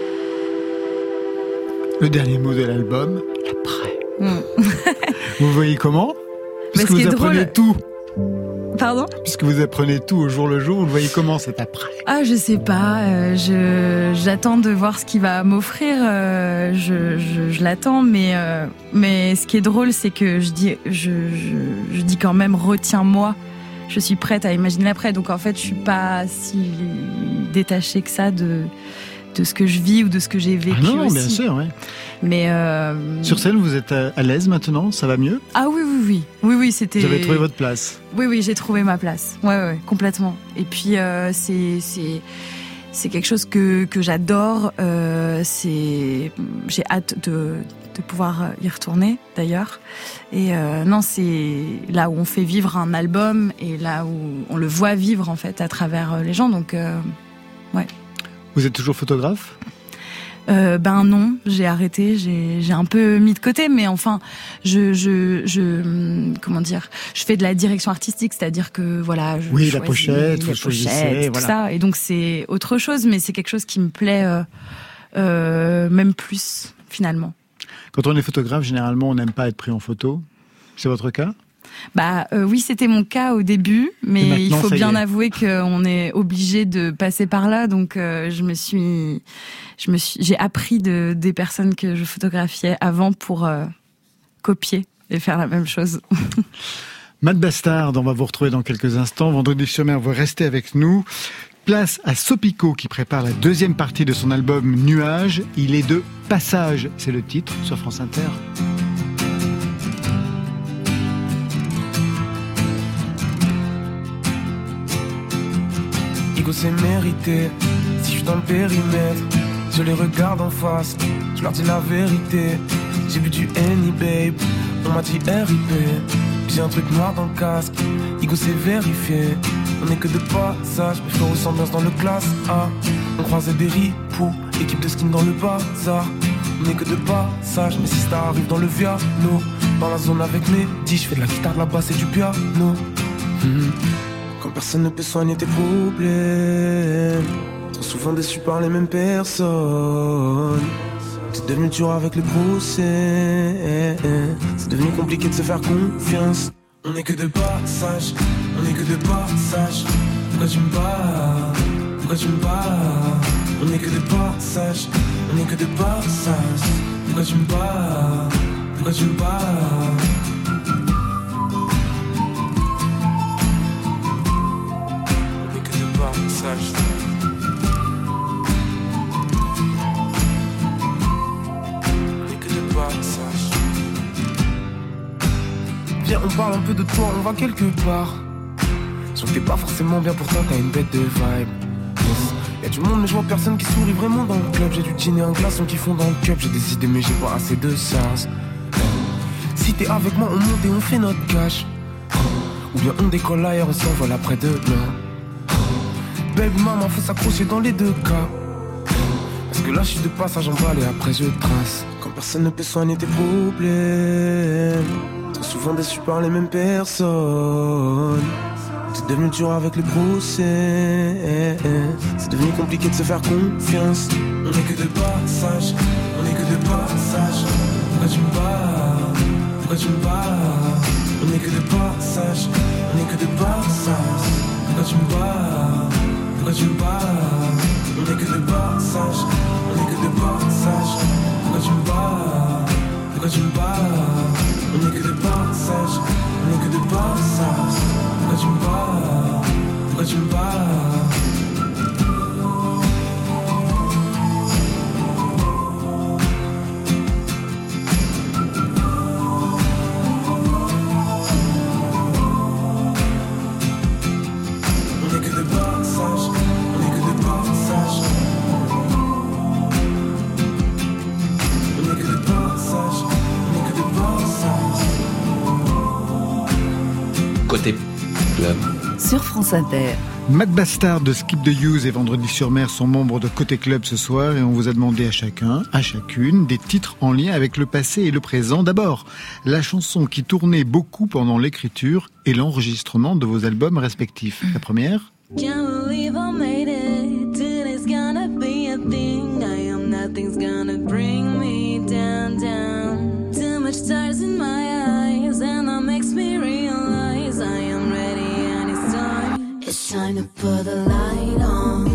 Le dernier mot de l'album, l'après. Mm. Vous voyez comment? Puisque vous apprenez drôle... tout. Pardon? Puisque vous apprenez tout au jour le jour, vous le voyez comment cet après? Ah, je sais pas. Euh, je j'attends de voir ce qu'il va m'offrir. Euh, je, je, je l'attends, mais euh, mais ce qui est drôle, c'est que je dis je, je je dis quand même retiens-moi. Je suis prête à imaginer l'après. Donc en fait, je suis pas si détachée que ça de de ce que je vis ou de ce que j'ai vécu. Ah non, aussi. Bien sûr, ouais. Mais euh... sur scène, vous êtes à l'aise maintenant? Ça va mieux? Ah oui, oui, oui, oui, oui, c'était. Vous avez trouvé votre place? Oui, oui, j'ai trouvé ma place. Ouais, ouais, complètement. Et puis euh, c'est c'est c'est quelque chose que que j'adore. Euh, c'est j'ai hâte de de pouvoir y retourner d'ailleurs. Et euh, non, c'est là où on fait vivre un album et là où on le voit vivre en fait à travers les gens. Donc euh, ouais. Vous êtes toujours photographe? Euh, ben non, j'ai arrêté, j'ai, j'ai un peu mis de côté, mais enfin, je, je, je, comment dire, je fais de la direction artistique, c'est-à-dire que voilà, je oui, la pochette, les pochettes, tout voilà. ça, et donc c'est autre chose, mais c'est quelque chose qui me plaît euh, euh, même plus finalement. Quand on est photographe, généralement, on n'aime pas être pris en photo. C'est votre cas? Bah euh, oui, c'était mon cas au début, mais il faut bien avouer qu'on est obligé de passer par là. Donc euh, je me suis, je me suis, j'ai appris de des personnes que je photographiais avant pour euh, copier et faire la même chose. Matt Bastard, on va vous retrouver dans quelques instants. Vendredi sur Mer, vous restez avec nous. Place à Sopico qui prépare la deuxième partie de son album Nuages. Il est de passage, c'est le titre sur France Inter. C'est mérité, si je suis dans le périmètre, je les regarde en face, je leur dis la vérité. J'ai vu du Henny babe, on m'a dit R I P. J'ai un truc noir dans le casque, Igo c'est vérifié. On est que de passage, mais frère ressemblance dans le classe A. On croisait des ripoux, équipe de skin dans le bazar. On est que de passage, mais si ça arrive dans le Viano, dans la zone avec mes dix, je fais de la guitare, de la basse et du piano. Mmh. Quand personne ne peut soigner tes problèmes, trop souvent déçu par les mêmes personnes. C'est devenu dur avec le procès, c'est devenu compliqué de se faire confiance. On n'est que de passage, on n'est que de passage. Pourquoi tu me bats, pourquoi tu me bats? On n'est que de passage, on n'est que de passage. Pourquoi tu me bats, pourquoi tu me bats? Viens, on parle un peu de toi, on va quelque part. Sauf que t'es pas forcément bien, pourtant t'as une bête de vibe. Yes. Y'a du monde mais je vois personne qui sourit vraiment dans le club. J'ai du dîner en glaçon qui font dans le cup. J'ai des idées mais j'ai pas assez de sens. Si t'es avec moi on monte et on fait notre cash. Ou bien on décolle ailleurs, on s'envole après demain. Baby maman faut s'accrocher dans les deux cas. Parce que là je suis de passage en balle et après je trace. Quand personne ne peut soigner tes problèmes, trop souvent déçu par les mêmes personnes. C'est devenu dur avec les procès. C'est devenu compliqué de se faire confiance. On n'est que de passage, on n'est que de passage. Pourquoi tu me bats? Pourquoi tu me bats? On n'est que de passage, on n'est que de passage. Pourquoi tu me bats? Pourquoi tu me bats? On n'est que de passage, on n'est que de passage. Pourquoi tu me bats? Pourquoi tu me bats? On n'est que de passage, on n'est que de passage. Pourquoi tu me bats? Pourquoi tu me bats? Côté club. Sur France Inter. Matt Bastard de Skip the Use et Vendredi sur Mer sont membres de Côté Club ce soir et on vous a demandé à chacun, à chacune, des titres en lien avec le passé et le présent. D'abord, la chanson qui tournait beaucoup pendant l'écriture et l'enregistrement de vos albums respectifs. La première. Can't believe I made it. Today's gonna be a thing. I am nothing's gonna bring me down, down. Too much stars in my eyes, and that makes me realize I am ready and it's time. It's time to put the light on.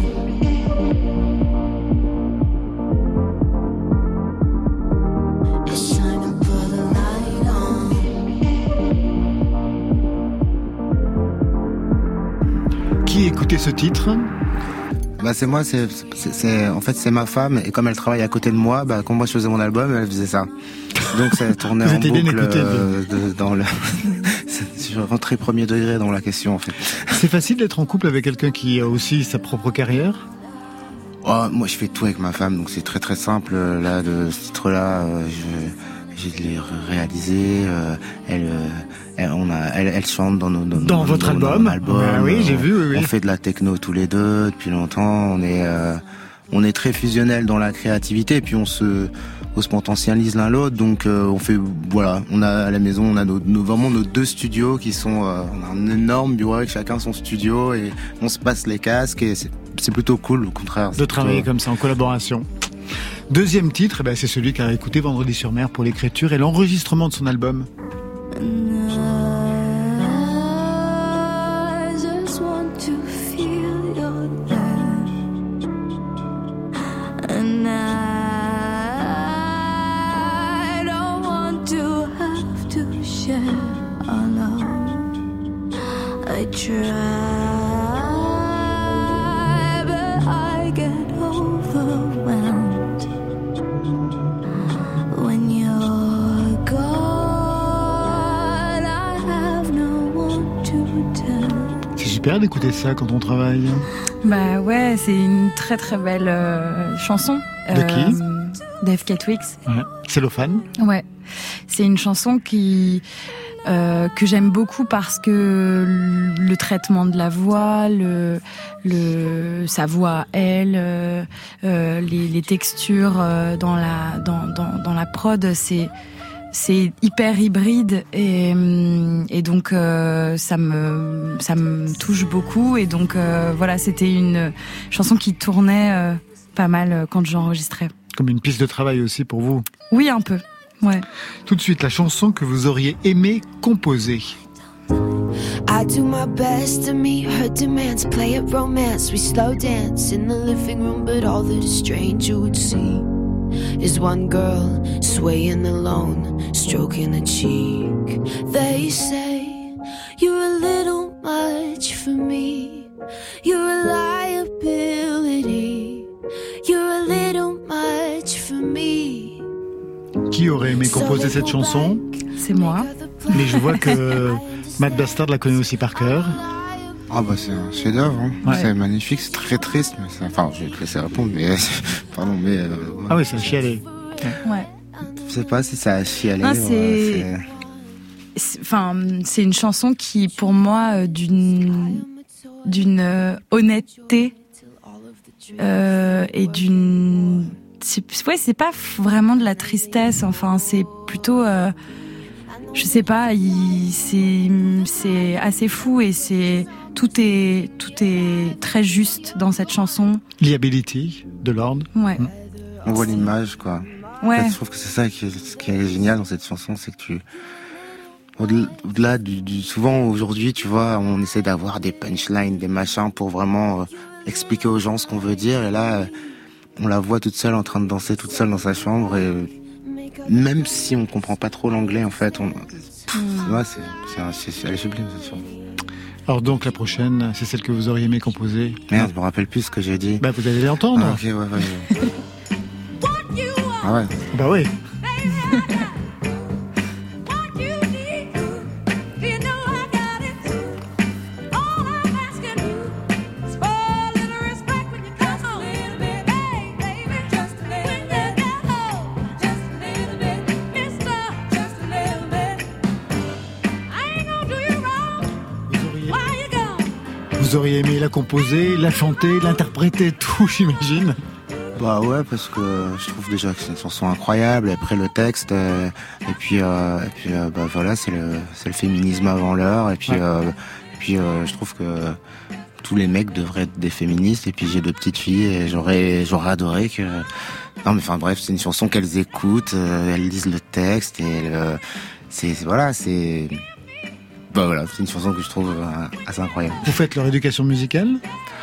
It's time to put the light on. Qui écoutait ce titre ? Bah c'est moi, c'est, c'est, c'est en fait c'est ma femme et comme elle travaille à côté de moi, bah quand moi je faisais mon album, elle faisait ça. Donc ça tournait en boucle écouté, euh, de, dans le. Je suis rentré premier degré dans la question en fait. C'est facile d'être en couple avec quelqu'un qui a aussi sa propre carrière ? Oh, moi je fais tout avec ma femme, donc c'est très très simple. Là de ce titre-là, euh, je, j'ai l'ai réalisé. Euh, elle, elle, on a, elle, elle chante dans nos, dans, dans nos, votre dans album. Nos albums. Ah oui, j'ai vu. Oui, oui. On fait de la techno tous les deux depuis longtemps. On est, euh, on est très fusionnels dans la créativité, et puis on se, on se potentialise l'un l'autre. Donc euh, on fait, voilà, on a à la maison, on a nos, nos, vraiment nos deux studios qui sont, euh, on a un énorme bureau avec chacun son studio et on se passe les casques et c'est, c'est plutôt cool, au contraire. De travailler plutôt... comme ça en collaboration. Deuxième titre, eh ben, c'est celui qu'a écouté Vendredi sur Mer pour l'écriture et l'enregistrement de son album. I try, but I get overwhelmed when you're gone. I have no one to tell. C'est super d'écouter ça quand on travaille. Bah ouais, c'est une très très belle euh, chanson. De euh, qui Dave Catwix. Ouais. Cellophane. Ouais, c'est une chanson qui Euh, que j'aime beaucoup parce que le traitement de la voix, le, le sa voix à elle, euh, euh, les, les textures euh, dans la dans, dans dans la prod, c'est c'est hyper hybride et et donc euh, ça me ça me touche beaucoup et donc euh, voilà, c'était une chanson qui tournait euh, pas mal quand j'enregistrais. Comme une piste de travail aussi pour vous. Oui, un peu. Ouais. Tout de suite, la chanson que vous auriez aimé composer. I do my best to meet her demands, play at romance, we slow dance in the living room, but all that a stranger would see is one girl swaying alone, stroking a cheek. They say you're a little much for me, you're a liability, you're a little much for me. Qui aurait aimé composer cette chanson ? C'est moi. Mais je vois que Matt Bastard la connaît aussi par cœur. Ah bah c'est un chef-d'œuvre, hein. Ouais. C'est magnifique, c'est très triste, mais c'est... enfin je vais te laisser répondre, mais pardon, mais euh, ouais. Ah oui, ça a chialé. Ouais. Je sais pas si ça a chialé. Non, c'est... Ouais, c'est... Enfin, c'est une chanson qui, pour moi, euh, d'une d'une euh, honnêteté euh, et d'une c'est, ouais, c'est pas vraiment de la tristesse. Enfin, c'est plutôt, euh, je sais pas, il, c'est, c'est assez fou et c'est tout est tout est très juste dans cette chanson. Liability de Lorde. Ouais. Mmh. On voit l'image, quoi. Ouais. En fait, je trouve que c'est ça qui est, ce qui est génial dans cette chanson, c'est que tu au-delà, au-delà du, du souvent aujourd'hui, tu vois, on essaie d'avoir des punchlines, des machins pour vraiment euh, expliquer aux gens ce qu'on veut dire. Et là, euh, on la voit toute seule en train de danser toute seule dans sa chambre. Et euh, même si on comprend pas trop l'anglais, en fait, on, pff, mmh. ouais, c'est, c'est, c'est, c'est, elle est sublime cette chanson. Alors donc la prochaine, c'est celle que vous auriez aimé composer. Merde, je me rappelle plus ce que j'ai dit. Bah vous allez l'entendre. Ah, ok, ouais, ouais. ouais. Ah ouais. Bah oui. Vous auriez aimé la composer, la chanter, l'interpréter, tout, j'imagine. Bah ouais, parce que je trouve déjà que c'est une chanson incroyable. Et après le texte, euh, et puis, euh, et puis euh, bah voilà, c'est le, c'est le féminisme avant l'heure. Et puis, ouais. euh, et puis euh, je trouve que tous les mecs devraient être des féministes. Et puis j'ai deux petites filles et j'aurais, j'aurais adoré que. Non mais enfin bref, c'est une chanson qu'elles écoutent, euh, elles lisent le texte et euh, c'est, c'est voilà, c'est. Bah voilà, c'est une chanson que je trouve assez incroyable. Vous faites leur éducation musicale ?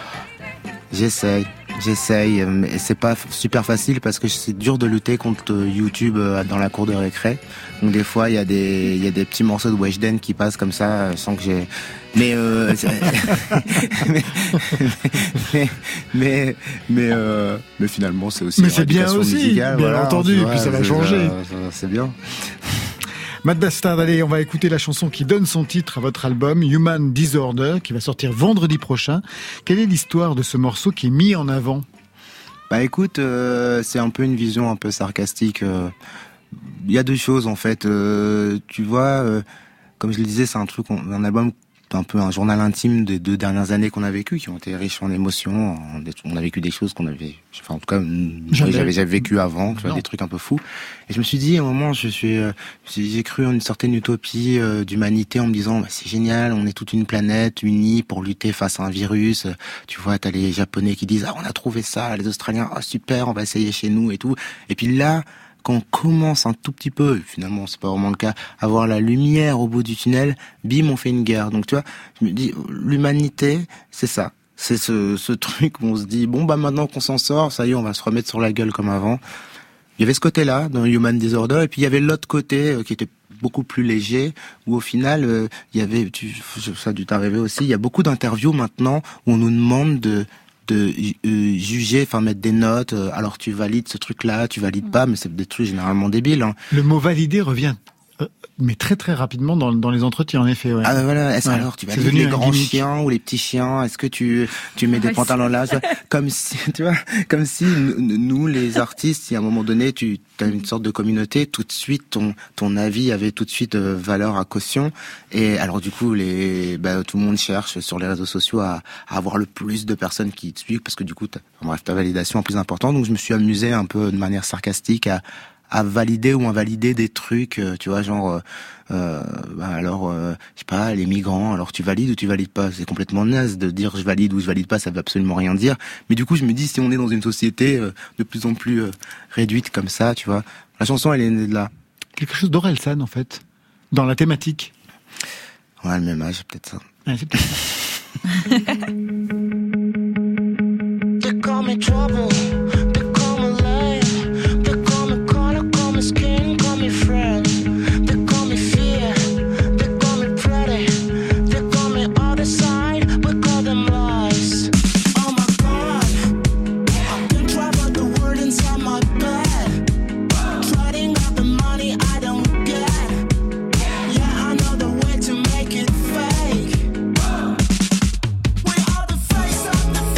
J'essaye, j'essaye, mais c'est pas super facile parce que c'est dur de lutter contre YouTube dans la cour de récré. Donc des fois il y a des il y a des petits morceaux de Weshden qui passent comme ça sans que j'ai. Mais euh, mais mais mais mais, euh, mais finalement c'est aussi. Mais c'est bien aussi, musicale, bien voilà, entendu. Et puis ça va changer. Ça, c'est bien. Matt Bastard, allez, on va écouter la chanson qui donne son titre à votre album, Human Disorder, qui va sortir vendredi prochain. Quelle est l'histoire de ce morceau qui est mis en avant ? Bah écoute, euh, c'est un peu une vision un peu sarcastique. Il euh, y a deux choses en fait. Euh, tu vois, euh, comme je le disais, c'est un truc, un album, un peu un journal intime des deux dernières années qu'on a vécues, qui ont été riches en émotions. On a vécu des choses qu'on avait, enfin en tout cas, j'avais, j'avais jamais vécu avant, tu vois, des trucs un peu fous. Et je me suis dit, à un moment, je suis, euh, j'ai cru en une certaine utopie euh, d'humanité en me disant, bah, c'est génial, on est toute une planète unie pour lutter face à un virus. Tu vois, t'as les Japonais qui disent, ah, on a trouvé ça, les Australiens, ah, super, on va essayer chez nous et tout. Et puis là, quand on commence un tout petit peu, finalement c'est pas vraiment le cas, à voir la lumière au bout du tunnel, bim, on fait une guerre. Donc tu vois, je me dis, l'humanité, c'est ça. C'est ce, ce truc où on se dit, bon bah maintenant qu'on s'en sort, ça y est, on va se remettre sur la gueule comme avant. Il y avait ce côté-là, dans Human Disorder, et puis il y avait l'autre côté euh, qui était beaucoup plus léger, où au final, euh, il y avait, tu, ça a dû t'arriver aussi, il y a beaucoup d'interviews maintenant où on nous demande de de euh, juger, enfin mettre des notes, euh, alors tu valides ce truc-là, tu valides pas, mais c'est des trucs généralement débiles. Hein. Le mot valider revient, euh, mais très très rapidement dans, dans les entretiens, en effet. Ouais. Ah voilà, est-ce ouais. alors tu valides les grands gimmick. chiens ou les petits chiens ? Est-ce que tu tu mets des ouais, pantalons là, comme si tu vois, comme si nous les artistes, si à un moment donné tu as une sorte de communauté, tout de suite ton ton avis avait tout de suite euh, valeur à caution. Et alors du coup les bah, tout le monde cherche sur les réseaux sociaux à, à avoir le plus de personnes qui te suivent parce que du coup t'as, enfin, bref ta validation est plus importante. Donc je me suis amusé un peu de manière sarcastique à à valider ou invalider des trucs, euh, tu vois, genre euh, bah alors euh, je sais pas, les migrants, alors tu valides ou tu valides pas, c'est complètement naze de dire je valide ou je valide pas, ça veut absolument rien dire. Mais du coup je me dis, si on est dans une société euh, de plus en plus euh, réduite comme ça, tu vois, la chanson elle est née de là. Quelque chose d'Orelsan en fait, dans la thématique. Ouais, le même âge, peut-être ça. Ouais, c'est peut-être ça. They call me trouble, they call me light, they call me color, call me skin, call me friend, they call me fear, they call me pretty, they call me other side, we call them lies. Oh my God, I've been trapped the word inside my bed, trading up the money I don't get. Yeah, I know the way to make it fake. We are the face of the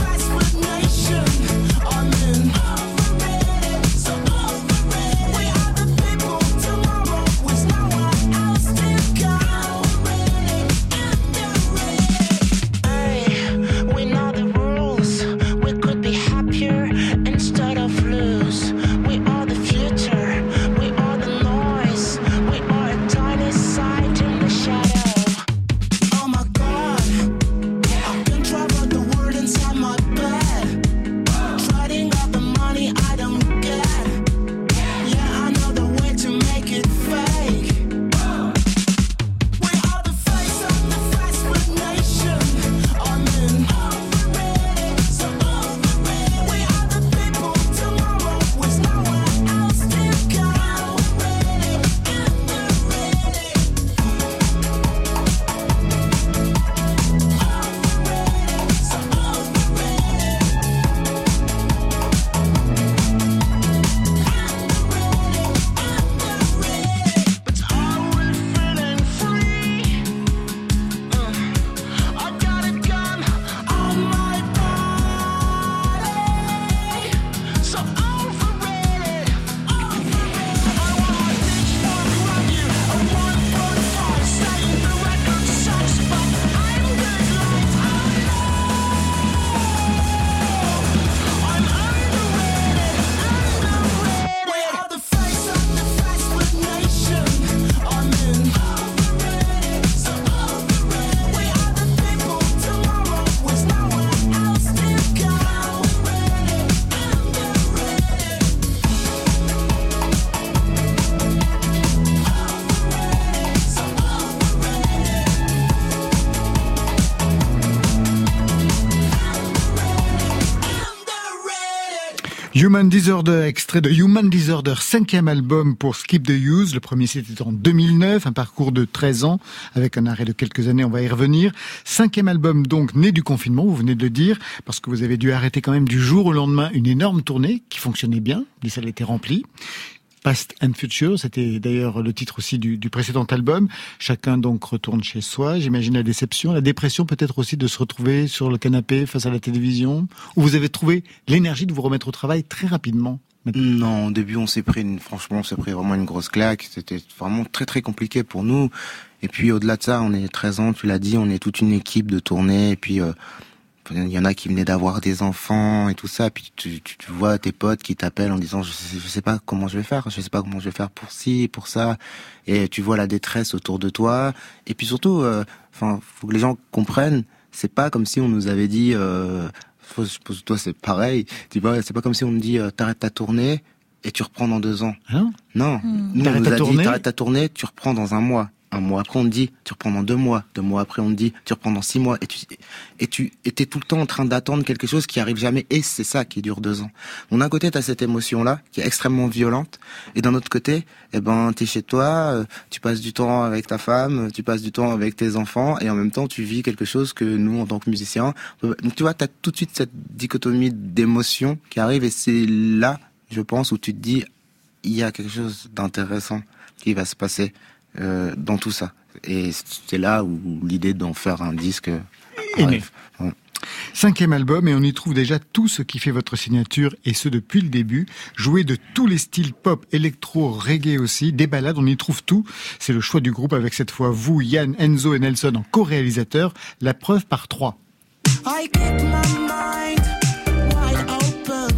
Human Disorder, extrait de Human Disorder, cinquième album pour Skip the Use. Le premier c'était en deux mille neuf, un parcours de treize ans, avec un arrêt de quelques années, on va y revenir. Cinquième album donc, né du confinement, vous venez de le dire, parce que vous avez dû arrêter quand même du jour au lendemain une énorme tournée qui fonctionnait bien, les salles étaient remplies. Past and Future, c'était d'ailleurs le titre aussi du, du précédent album. Chacun donc retourne chez soi. J'imagine la déception, la dépression peut-être aussi de se retrouver sur le canapé face à la télévision. Ou vous avez trouvé l'énergie de vous remettre au travail très rapidement? Non, au début on s'est pris, une, franchement on s'est pris vraiment une grosse claque. C'était vraiment très très compliqué pour nous. Et puis au-delà de ça, on est treize ans, tu l'as dit, on est toute une équipe de tournée. Et puis... Euh, il y en a qui venaient d'avoir des enfants et tout ça, puis tu, tu, tu vois tes potes qui t'appellent en disant je sais, je sais pas comment je vais faire, je sais pas comment je vais faire pour ci, pour ça, et tu vois la détresse autour de toi, et puis surtout, enfin, euh, faut que les gens comprennent, c'est pas comme si on nous avait dit, euh, je suppose toi c'est pareil, tu vois, c'est pas comme si on nous dit euh, t'arrêtes ta tournée et tu reprends dans deux ans. Hein non, mmh. nous on nous a dit t'arrêtes ta tournée, tu reprends dans un mois. Un mois après, on te dit, tu reprends dans deux mois. Deux mois après, on te dit, tu reprends dans six mois. Et tu, et tu, et t'es tout le temps en train d'attendre quelque chose qui arrive jamais. Et c'est ça qui dure deux ans. Donc, d'un côté, t'as cette émotion-là, qui est extrêmement violente. Et d'un autre côté, eh ben, t'es chez toi, tu passes du temps avec ta femme, tu passes du temps avec tes enfants. Et en même temps, tu vis quelque chose que nous, en tant que musiciens, donc tu vois, t'as tout de suite cette dichotomie d'émotions qui arrive. Et c'est là, je pense, où tu te dis, il y a quelque chose d'intéressant qui va se passer. Euh, dans tout ça. Et c'est là où l'idée d'en faire un disque est née. Ouais. Cinquième album, et on y trouve déjà tout ce qui fait votre signature, et ce depuis le début. Joué de tous les styles pop, électro, reggae aussi, des ballades, on y trouve tout. C'est le choix du groupe avec cette fois vous, Yann, Enzo et Nelson en co-réalisateur. La preuve par trois. I keep my mind wide open.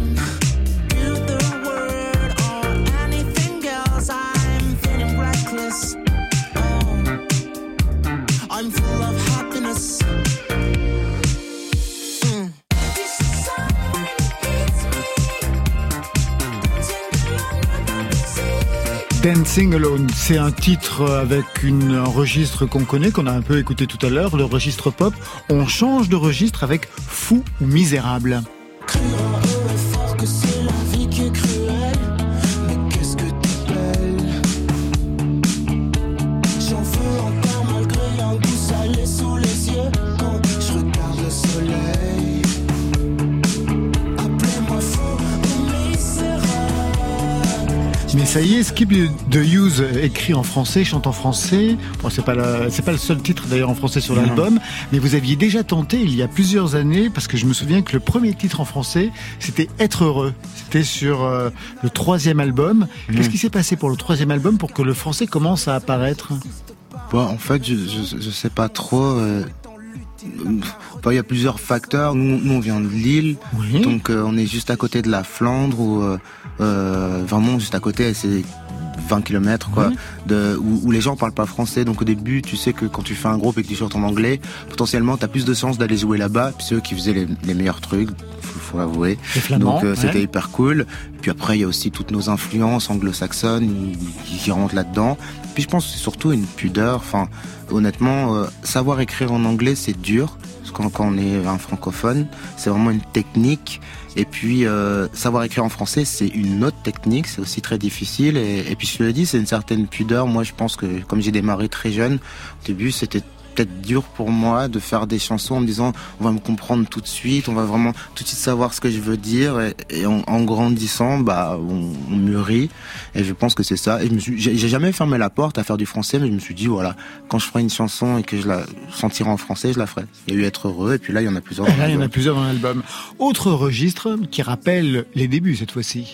I'm full of happiness. Mm. Dancing Alone, c'est un titre avec une, un registre qu'on connaît, qu'on a un peu écouté tout à l'heure, le registre pop. On change de registre avec Fou ou Misérable. Mais ça y est, Skip the Use écrit en français, chante en français. Bon, c'est pas la, c'est pas le seul titre d'ailleurs en français sur l'album, mais vous aviez déjà tenté il y a plusieurs années, parce que je me souviens que le premier titre en français, c'était Être heureux. C'était sur euh, le troisième album. Mmh. Qu'est-ce qui s'est passé pour le troisième album pour que le français commence à apparaître? Bon, en fait, je, je, je sais pas trop. Euh... Bon, il y a plusieurs facteurs. Nous, nous on vient de Lille, oui. donc euh, on est juste à côté de la Flandre, où euh, euh, vraiment juste à côté, c'est vingt kilomètres quoi, oui. de, où, où les gens parlent pas français. Donc au début, tu sais que quand tu fais un groupe et que tu chantes en anglais, potentiellement t'as plus de chances d'aller jouer là-bas. Puis c'est eux qui faisaient les, les meilleurs trucs, faut, faut avouer. Donc euh, c'était ouais. hyper cool. Puis après, il y a aussi toutes nos influences anglo-saxonnes qui, qui rentrent là-dedans. Puis je pense que c'est surtout une pudeur. Enfin, honnêtement, euh, savoir écrire en anglais, c'est dur. Parce que quand, quand on est un francophone, c'est vraiment une technique. Et puis, euh, savoir écrire en français, c'est une autre technique. C'est aussi très difficile. Et, et puis, je te l'ai dit, c'est une certaine pudeur. Moi, je pense que, comme j'ai démarré très jeune, au début, c'était peut-être dur pour moi de faire des chansons en me disant on va me comprendre tout de suite, on va vraiment tout de suite savoir ce que je veux dire, et, et en, en grandissant bah on, on mûrit, et je pense que c'est ça. Et je me suis, j'ai, j'ai jamais fermé la porte à faire du français, mais je me suis dit voilà, quand je ferai une chanson et que je la sentirai en français, je la ferai. Il y a eu Être heureux, et puis là il y en a plusieurs. Et là il y en a plusieurs dans l'album. Autre registre qui rappelle les débuts cette fois-ci.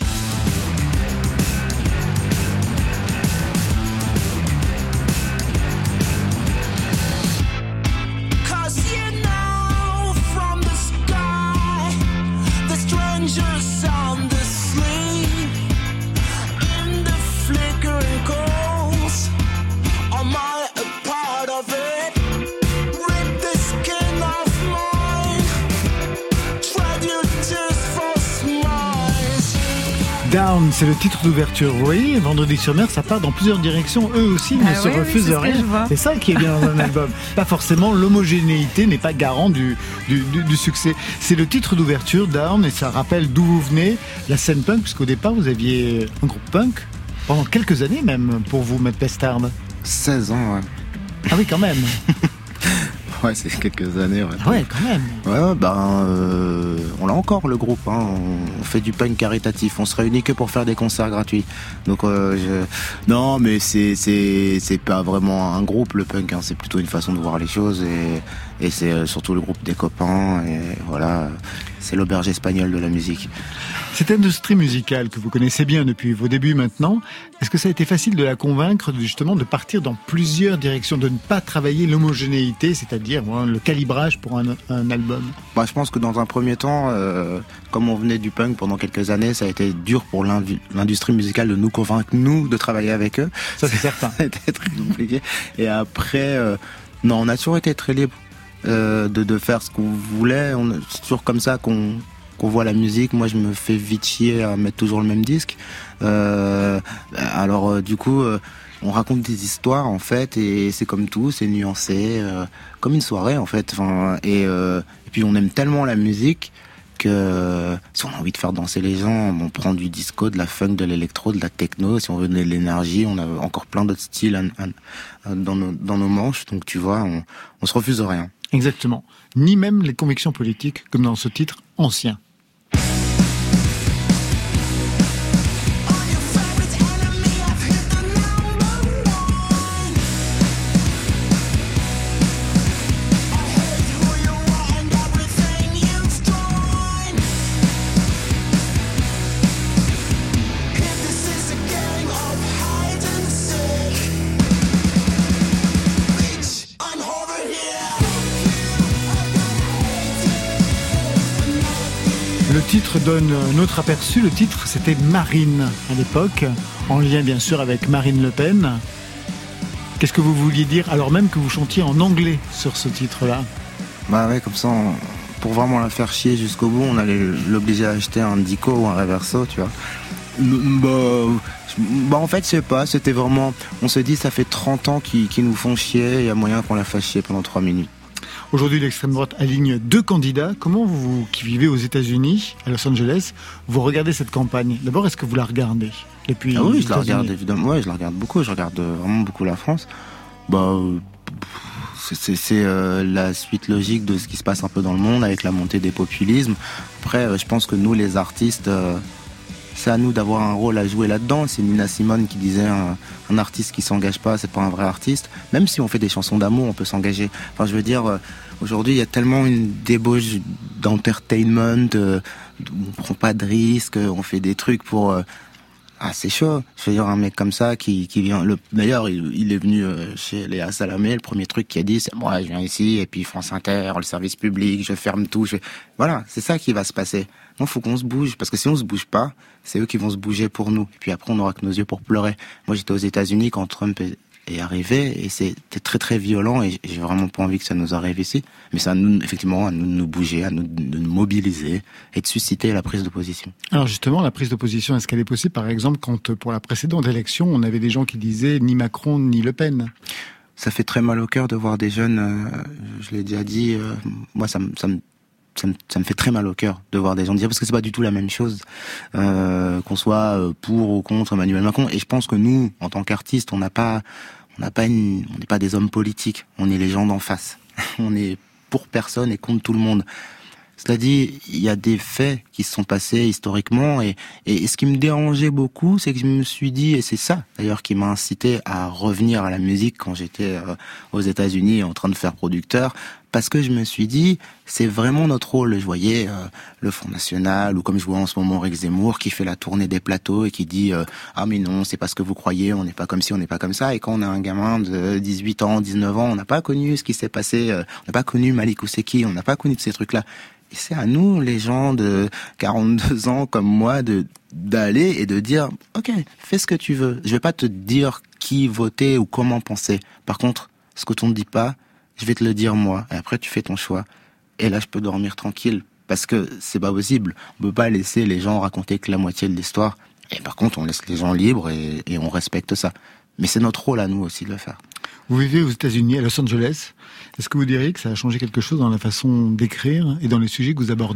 Down, c'est le titre d'ouverture. Vous voyez, Vendredi sur Mer, ça part dans plusieurs directions. Eux aussi ne ah se oui, refusent oui, c'est rien. Ce c'est ça qui est bien dans un album. Pas forcément, l'homogénéité n'est pas garant du, du, du, du succès. C'est le titre d'ouverture, Down, et ça rappelle d'où vous venez, la scène punk, puisqu'au départ, vous aviez un groupe punk, pendant quelques années même, pour vous, Matt Pestard. seize ans, ouais. Ah oui, quand même. Ouais, c'est quelques années. Ouais, ouais quand même. Ouais, ben, euh, on l'a encore le groupe. Hein. On fait du punk caritatif. On se réunit que pour faire des concerts gratuits. Donc, euh, je... non, mais c'est c'est c'est pas vraiment un groupe le punk. Hein. C'est plutôt une façon de voir les choses et et c'est surtout le groupe des copains. Et voilà, c'est l'auberge espagnole de la musique. Cette industrie musicale que vous connaissez bien depuis vos débuts maintenant, est-ce que ça a été facile de la convaincre justement de partir dans plusieurs directions, de ne pas travailler l'homogénéité, c'est-à-dire ouais, le calibrage pour un, un album? Bah, je pense que dans un premier temps, euh, comme on venait du punk pendant quelques années, ça a été dur pour l'industrie musicale de nous convaincre, nous, de travailler avec eux. Ça, c'est certain. Ça a été très compliqué. Et après, euh, non, on a toujours été très libre euh, de, de faire ce qu'on voulait. On, c'est toujours comme ça qu'on... qu'on voit la musique. Moi, je me fais vite chier à mettre toujours le même disque. Euh, alors, euh, du coup, euh, on raconte des histoires, en fait, et c'est comme tout, c'est nuancé, euh, comme une soirée, en fait. Enfin, et, euh, et puis, on aime tellement la musique que si on a envie de faire danser les gens, on prend du disco, de la funk, de l'électro, de la techno. Si on veut donner de l'énergie, on a encore plein d'autres styles à, à, à, dans, nos, dans nos manches. Donc, tu vois, on, on se refuse rien. Exactement. Ni même les convictions politiques, comme dans ce titre ancien. Le titre donne un autre aperçu. Le titre, c'était Marine à l'époque, en lien bien sûr avec Marine Le Pen. Qu'est-ce que vous vouliez dire, alors même que vous chantiez en anglais sur ce titre-là? Bah ouais, comme ça, on, pour vraiment la faire chier jusqu'au bout, on allait l'obliger à acheter un dico ou un reverso, tu vois. Bah, bah en fait, je sais pas, c'était vraiment... On se dit, ça fait trente ans qu'ils, qu'ils nous font chier, il y a moyen qu'on la fasse chier pendant trois minutes. Aujourd'hui, l'extrême droite aligne deux candidats. Comment vous, qui vivez aux États-Unis, à Los Angeles, vous regardez cette campagne? D'abord, est-ce que vous la regardez depuis Ah oui, je la regarde évidemment. Ouais, je la regarde beaucoup. Je regarde vraiment beaucoup la France. Bah, c'est, c'est, c'est euh, la suite logique de ce qui se passe un peu dans le monde avec la montée des populismes. Après, euh, je pense que nous, les artistes, euh, c'est à nous d'avoir un rôle à jouer là-dedans. C'est Nina Simone qui disait un, un artiste qui s'engage pas, c'est pas un vrai artiste. Même si on fait des chansons d'amour, on peut s'engager. Enfin, je veux dire, euh, aujourd'hui, il y a tellement une débauche d'entertainment, euh, on prend pas de risques, on fait des trucs pour... Euh, ah, c'est chaud. Je veux dire, un mec comme ça qui, qui vient... Le, d'ailleurs, il, il est venu euh, chez Léa Salamé, le premier truc qu'il a dit, c'est « Moi, je viens ici, et puis France Inter, le service public, je ferme tout. Je... » Voilà, c'est ça qui va se passer. Non, faut qu'on se bouge, parce que si on se bouge pas, c'est eux qui vont se bouger pour nous. Et puis après, on aura que nos yeux pour pleurer. Moi, j'étais aux États-Unis quand Trump est, est arrivé, et c'était très très violent, et j'ai vraiment pas envie que ça nous arrive ici. Mais ça, nous, effectivement, à nous de nous bouger, à nous de nous mobiliser, et de susciter la prise de position. Alors justement, la prise de position, est-ce qu'elle est possible, par exemple, quand pour la précédente élection, on avait des gens qui disaient ni Macron ni Le Pen? Ça fait très mal au cœur de voir des jeunes, euh, je l'ai déjà dit, euh, moi ça me... Ça me Ça me, ça me fait très mal au cœur de voir des gens dire, parce que c'est pas du tout la même chose, euh, qu'on soit pour ou contre Emmanuel Macron. Et je pense que nous, en tant qu'artistes, on n'a pas, on n'a pas une, on n'est pas des hommes politiques. On est les gens d'en face. On est pour personne et contre tout le monde. Cela dit, il y a des faits qui se sont passés historiquement, et, et, et ce qui me dérangeait beaucoup, c'est que je me suis dit, et c'est ça d'ailleurs qui m'a incité à revenir à la musique quand j'étais euh, aux États-Unis en train de faire producteur, parce que je me suis dit, c'est vraiment notre rôle. Je voyais euh, le Front National, ou comme je vois en ce moment Rick Zemmour, qui fait la tournée des plateaux et qui dit euh, « Ah mais non, c'est pas ce que vous croyez, on n'est pas comme ci, on n'est pas comme ça ». Et quand on a un gamin de dix-huit ans, dix-neuf ans, on n'a pas connu ce qui s'est passé, euh, on n'a pas connu Malik Ousseki, on n'a pas connu ces trucs-là. Et c'est à nous, les gens de quarante-deux ans comme moi, de d'aller et de dire « Ok, fais ce que tu veux. Je vais pas te dire qui voter ou comment penser. Par contre, ce que tu ne dis pas, je vais te le dire moi. Et après, tu fais ton choix. Et là, je peux dormir tranquille. Parce que c'est pas possible. On peut pas laisser les gens raconter que la moitié de l'histoire. Et par contre, on laisse les gens libres et, et on respecte ça. Mais c'est notre rôle à nous aussi de le faire. Vous vivez aux États-Unis, à Los Angeles. Est-ce que vous diriez que ça a changé quelque chose dans la façon d'écrire et dans les sujets que vous abordez ?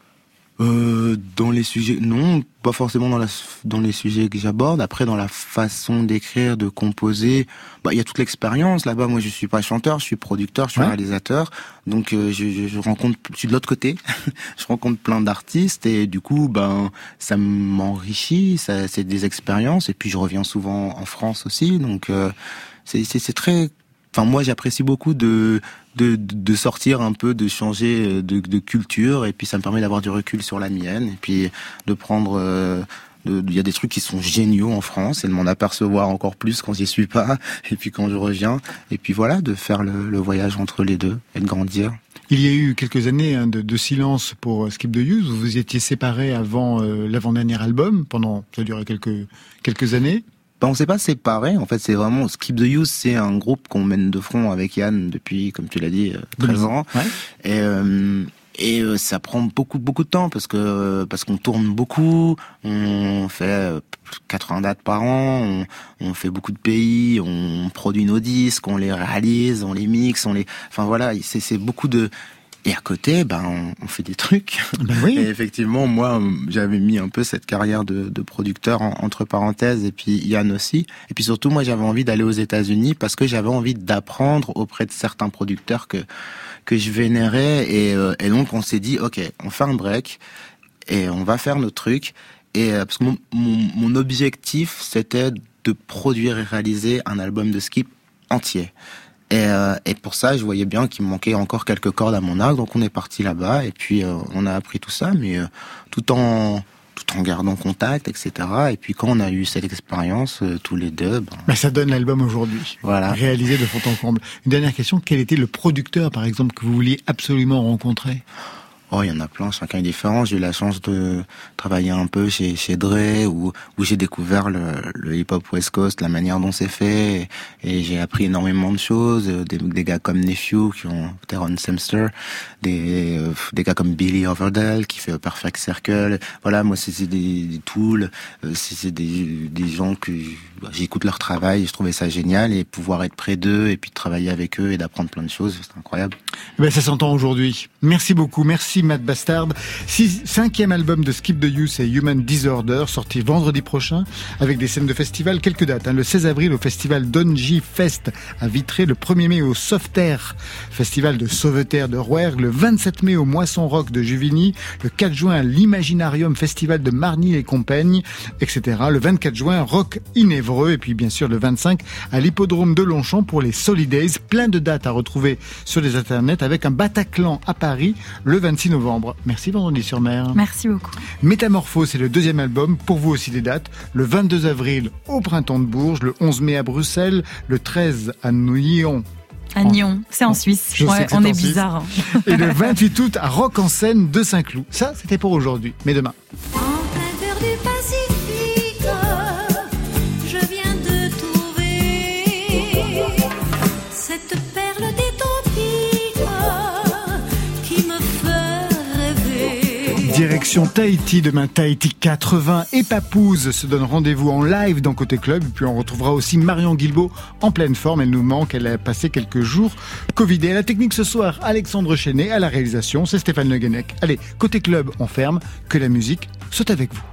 Euh, dans les sujets, non, pas forcément dans, la, dans les sujets que j'aborde. Après, dans la façon d'écrire, de composer, bah, il y a toute l'expérience là-bas. Moi, je suis pas chanteur, je suis producteur, je suis ouais. réalisateur. Donc, euh, je, je, je rencontre, je suis de l'autre côté. Je rencontre plein d'artistes et du coup, ben, ça m'enrichit. Ça, c'est des expériences. Et puis, je reviens souvent en France aussi. Donc, euh, c'est, c'est, c'est très. Enfin, moi, j'apprécie beaucoup de, de, de sortir un peu, de changer de, de culture, et puis ça me permet d'avoir du recul sur la mienne, et puis de prendre. Euh, il y a des trucs qui sont géniaux en France, et de m'en apercevoir encore plus quand j'y suis pas, et puis quand je reviens, et puis voilà, de faire le, le voyage entre les deux et de grandir. Il y a eu quelques années hein, de, de silence pour Skip the Use. Vous vous étiez séparés avant euh, l'avant-dernier album, pendant ça a duré quelques quelques années. Ben, on s'est pas séparés. En fait, c'est vraiment Skip the Use, c'est un groupe qu'on mène de front avec Yann depuis, comme tu l'as dit, treize ans. Ouais. Et, euh, et euh, ça prend beaucoup, beaucoup de temps parce que parce qu'on tourne beaucoup. On fait quatre-vingts dates par an. On, on fait beaucoup de pays. On produit nos disques, on les réalise, on les mixe, on les. Enfin voilà, c'est, c'est beaucoup de. Et à côté, ben, on, on fait des trucs. Ben oui. Et effectivement, moi, j'avais mis un peu cette carrière de, de producteur en, entre parenthèses, et puis Yann aussi. Et puis surtout, moi, j'avais envie d'aller aux États-Unis parce que j'avais envie d'apprendre auprès de certains producteurs que que je vénérais. Et, euh, et donc, on s'est dit, ok, on fait un break et on va faire nos trucs. Et euh, parce que mon, mon, mon objectif, c'était de produire et réaliser un album de Skip entier. Et, euh, et pour ça, je voyais bien qu'il me manquait encore quelques cordes à mon arc, donc on est parti là-bas et puis euh, on a appris tout ça, mais euh, tout en tout en gardant contact, et cetera. Et puis quand on a eu cette expérience, euh, tous les deux, ben, bah ça donne l'album aujourd'hui, voilà, réalisé de fond en comble. Une dernière question, quel était le producteur, par exemple, que vous vouliez absolument rencontrer ? Oh, il y en a plein, chacun est différent. J'ai eu la chance de travailler un peu chez, chez Dre, où, où j'ai découvert le, le hip-hop West Coast, la manière dont c'est fait, et, et j'ai appris énormément de choses. Des, des gars comme Nephew, qui ont Teron Semster, des, euh, des gars comme Billy Overdale, qui fait Perfect Circle. Voilà, moi, c'est, c'est des, des tools, c'est, c'est des, des gens que bah, j'écoute leur travail, et je trouvais ça génial, et pouvoir être près d'eux, et puis de travailler avec eux, et d'apprendre plein de choses, c'est incroyable. Ben, ça s'entend aujourd'hui. Merci beaucoup, merci Matt Bastard. Six, cinquième album de Skip the Use et Human Disorder, sorti vendredi prochain, avec des scènes de festival, quelques dates. Hein, le seize avril au festival Donji Fest à Vitré, le premier mai au Sauveterre, festival de Sauveterre de Rouergue, le vingt-sept mai au Moisson Rock de Juvigny, le quatre juin à l'Imaginarium Festival de Marny-les-Compagnes, et cetera. Le vingt-quatre juin, Rock in Évreux, et puis bien sûr le vingt-cinq à l'Hippodrome de Longchamp pour les Solidays. Plein de dates à retrouver sur les internets, avec un Bataclan à Paris le vingt-six novembre. Merci Vendredi sur Mer. Merci beaucoup. Métamorphose, c'est le deuxième album. Pour vous aussi des dates. Le vingt-deux avril au Printemps de Bourges, le onze mai à Bruxelles, le treize à Nyon. À Nyon, c'est en Suisse. Ouais, on est bizarre. Hein. Et le vingt-huit août à Rock en Seine de Saint-Cloud. Ça, c'était pour aujourd'hui. Mais demain. Direction Tahiti, demain Tahiti quatre-vingts et Papouze se donne rendez-vous en live dans Côté Club. Et puis on retrouvera aussi Marion Guilbault en pleine forme. Elle nous manque, elle a passé quelques jours Covidé. À la technique ce soir, Alexandre Chenet. À la réalisation, c'est Stéphane Le Guenec. Allez, Côté Club, on ferme. Que la musique soit avec vous.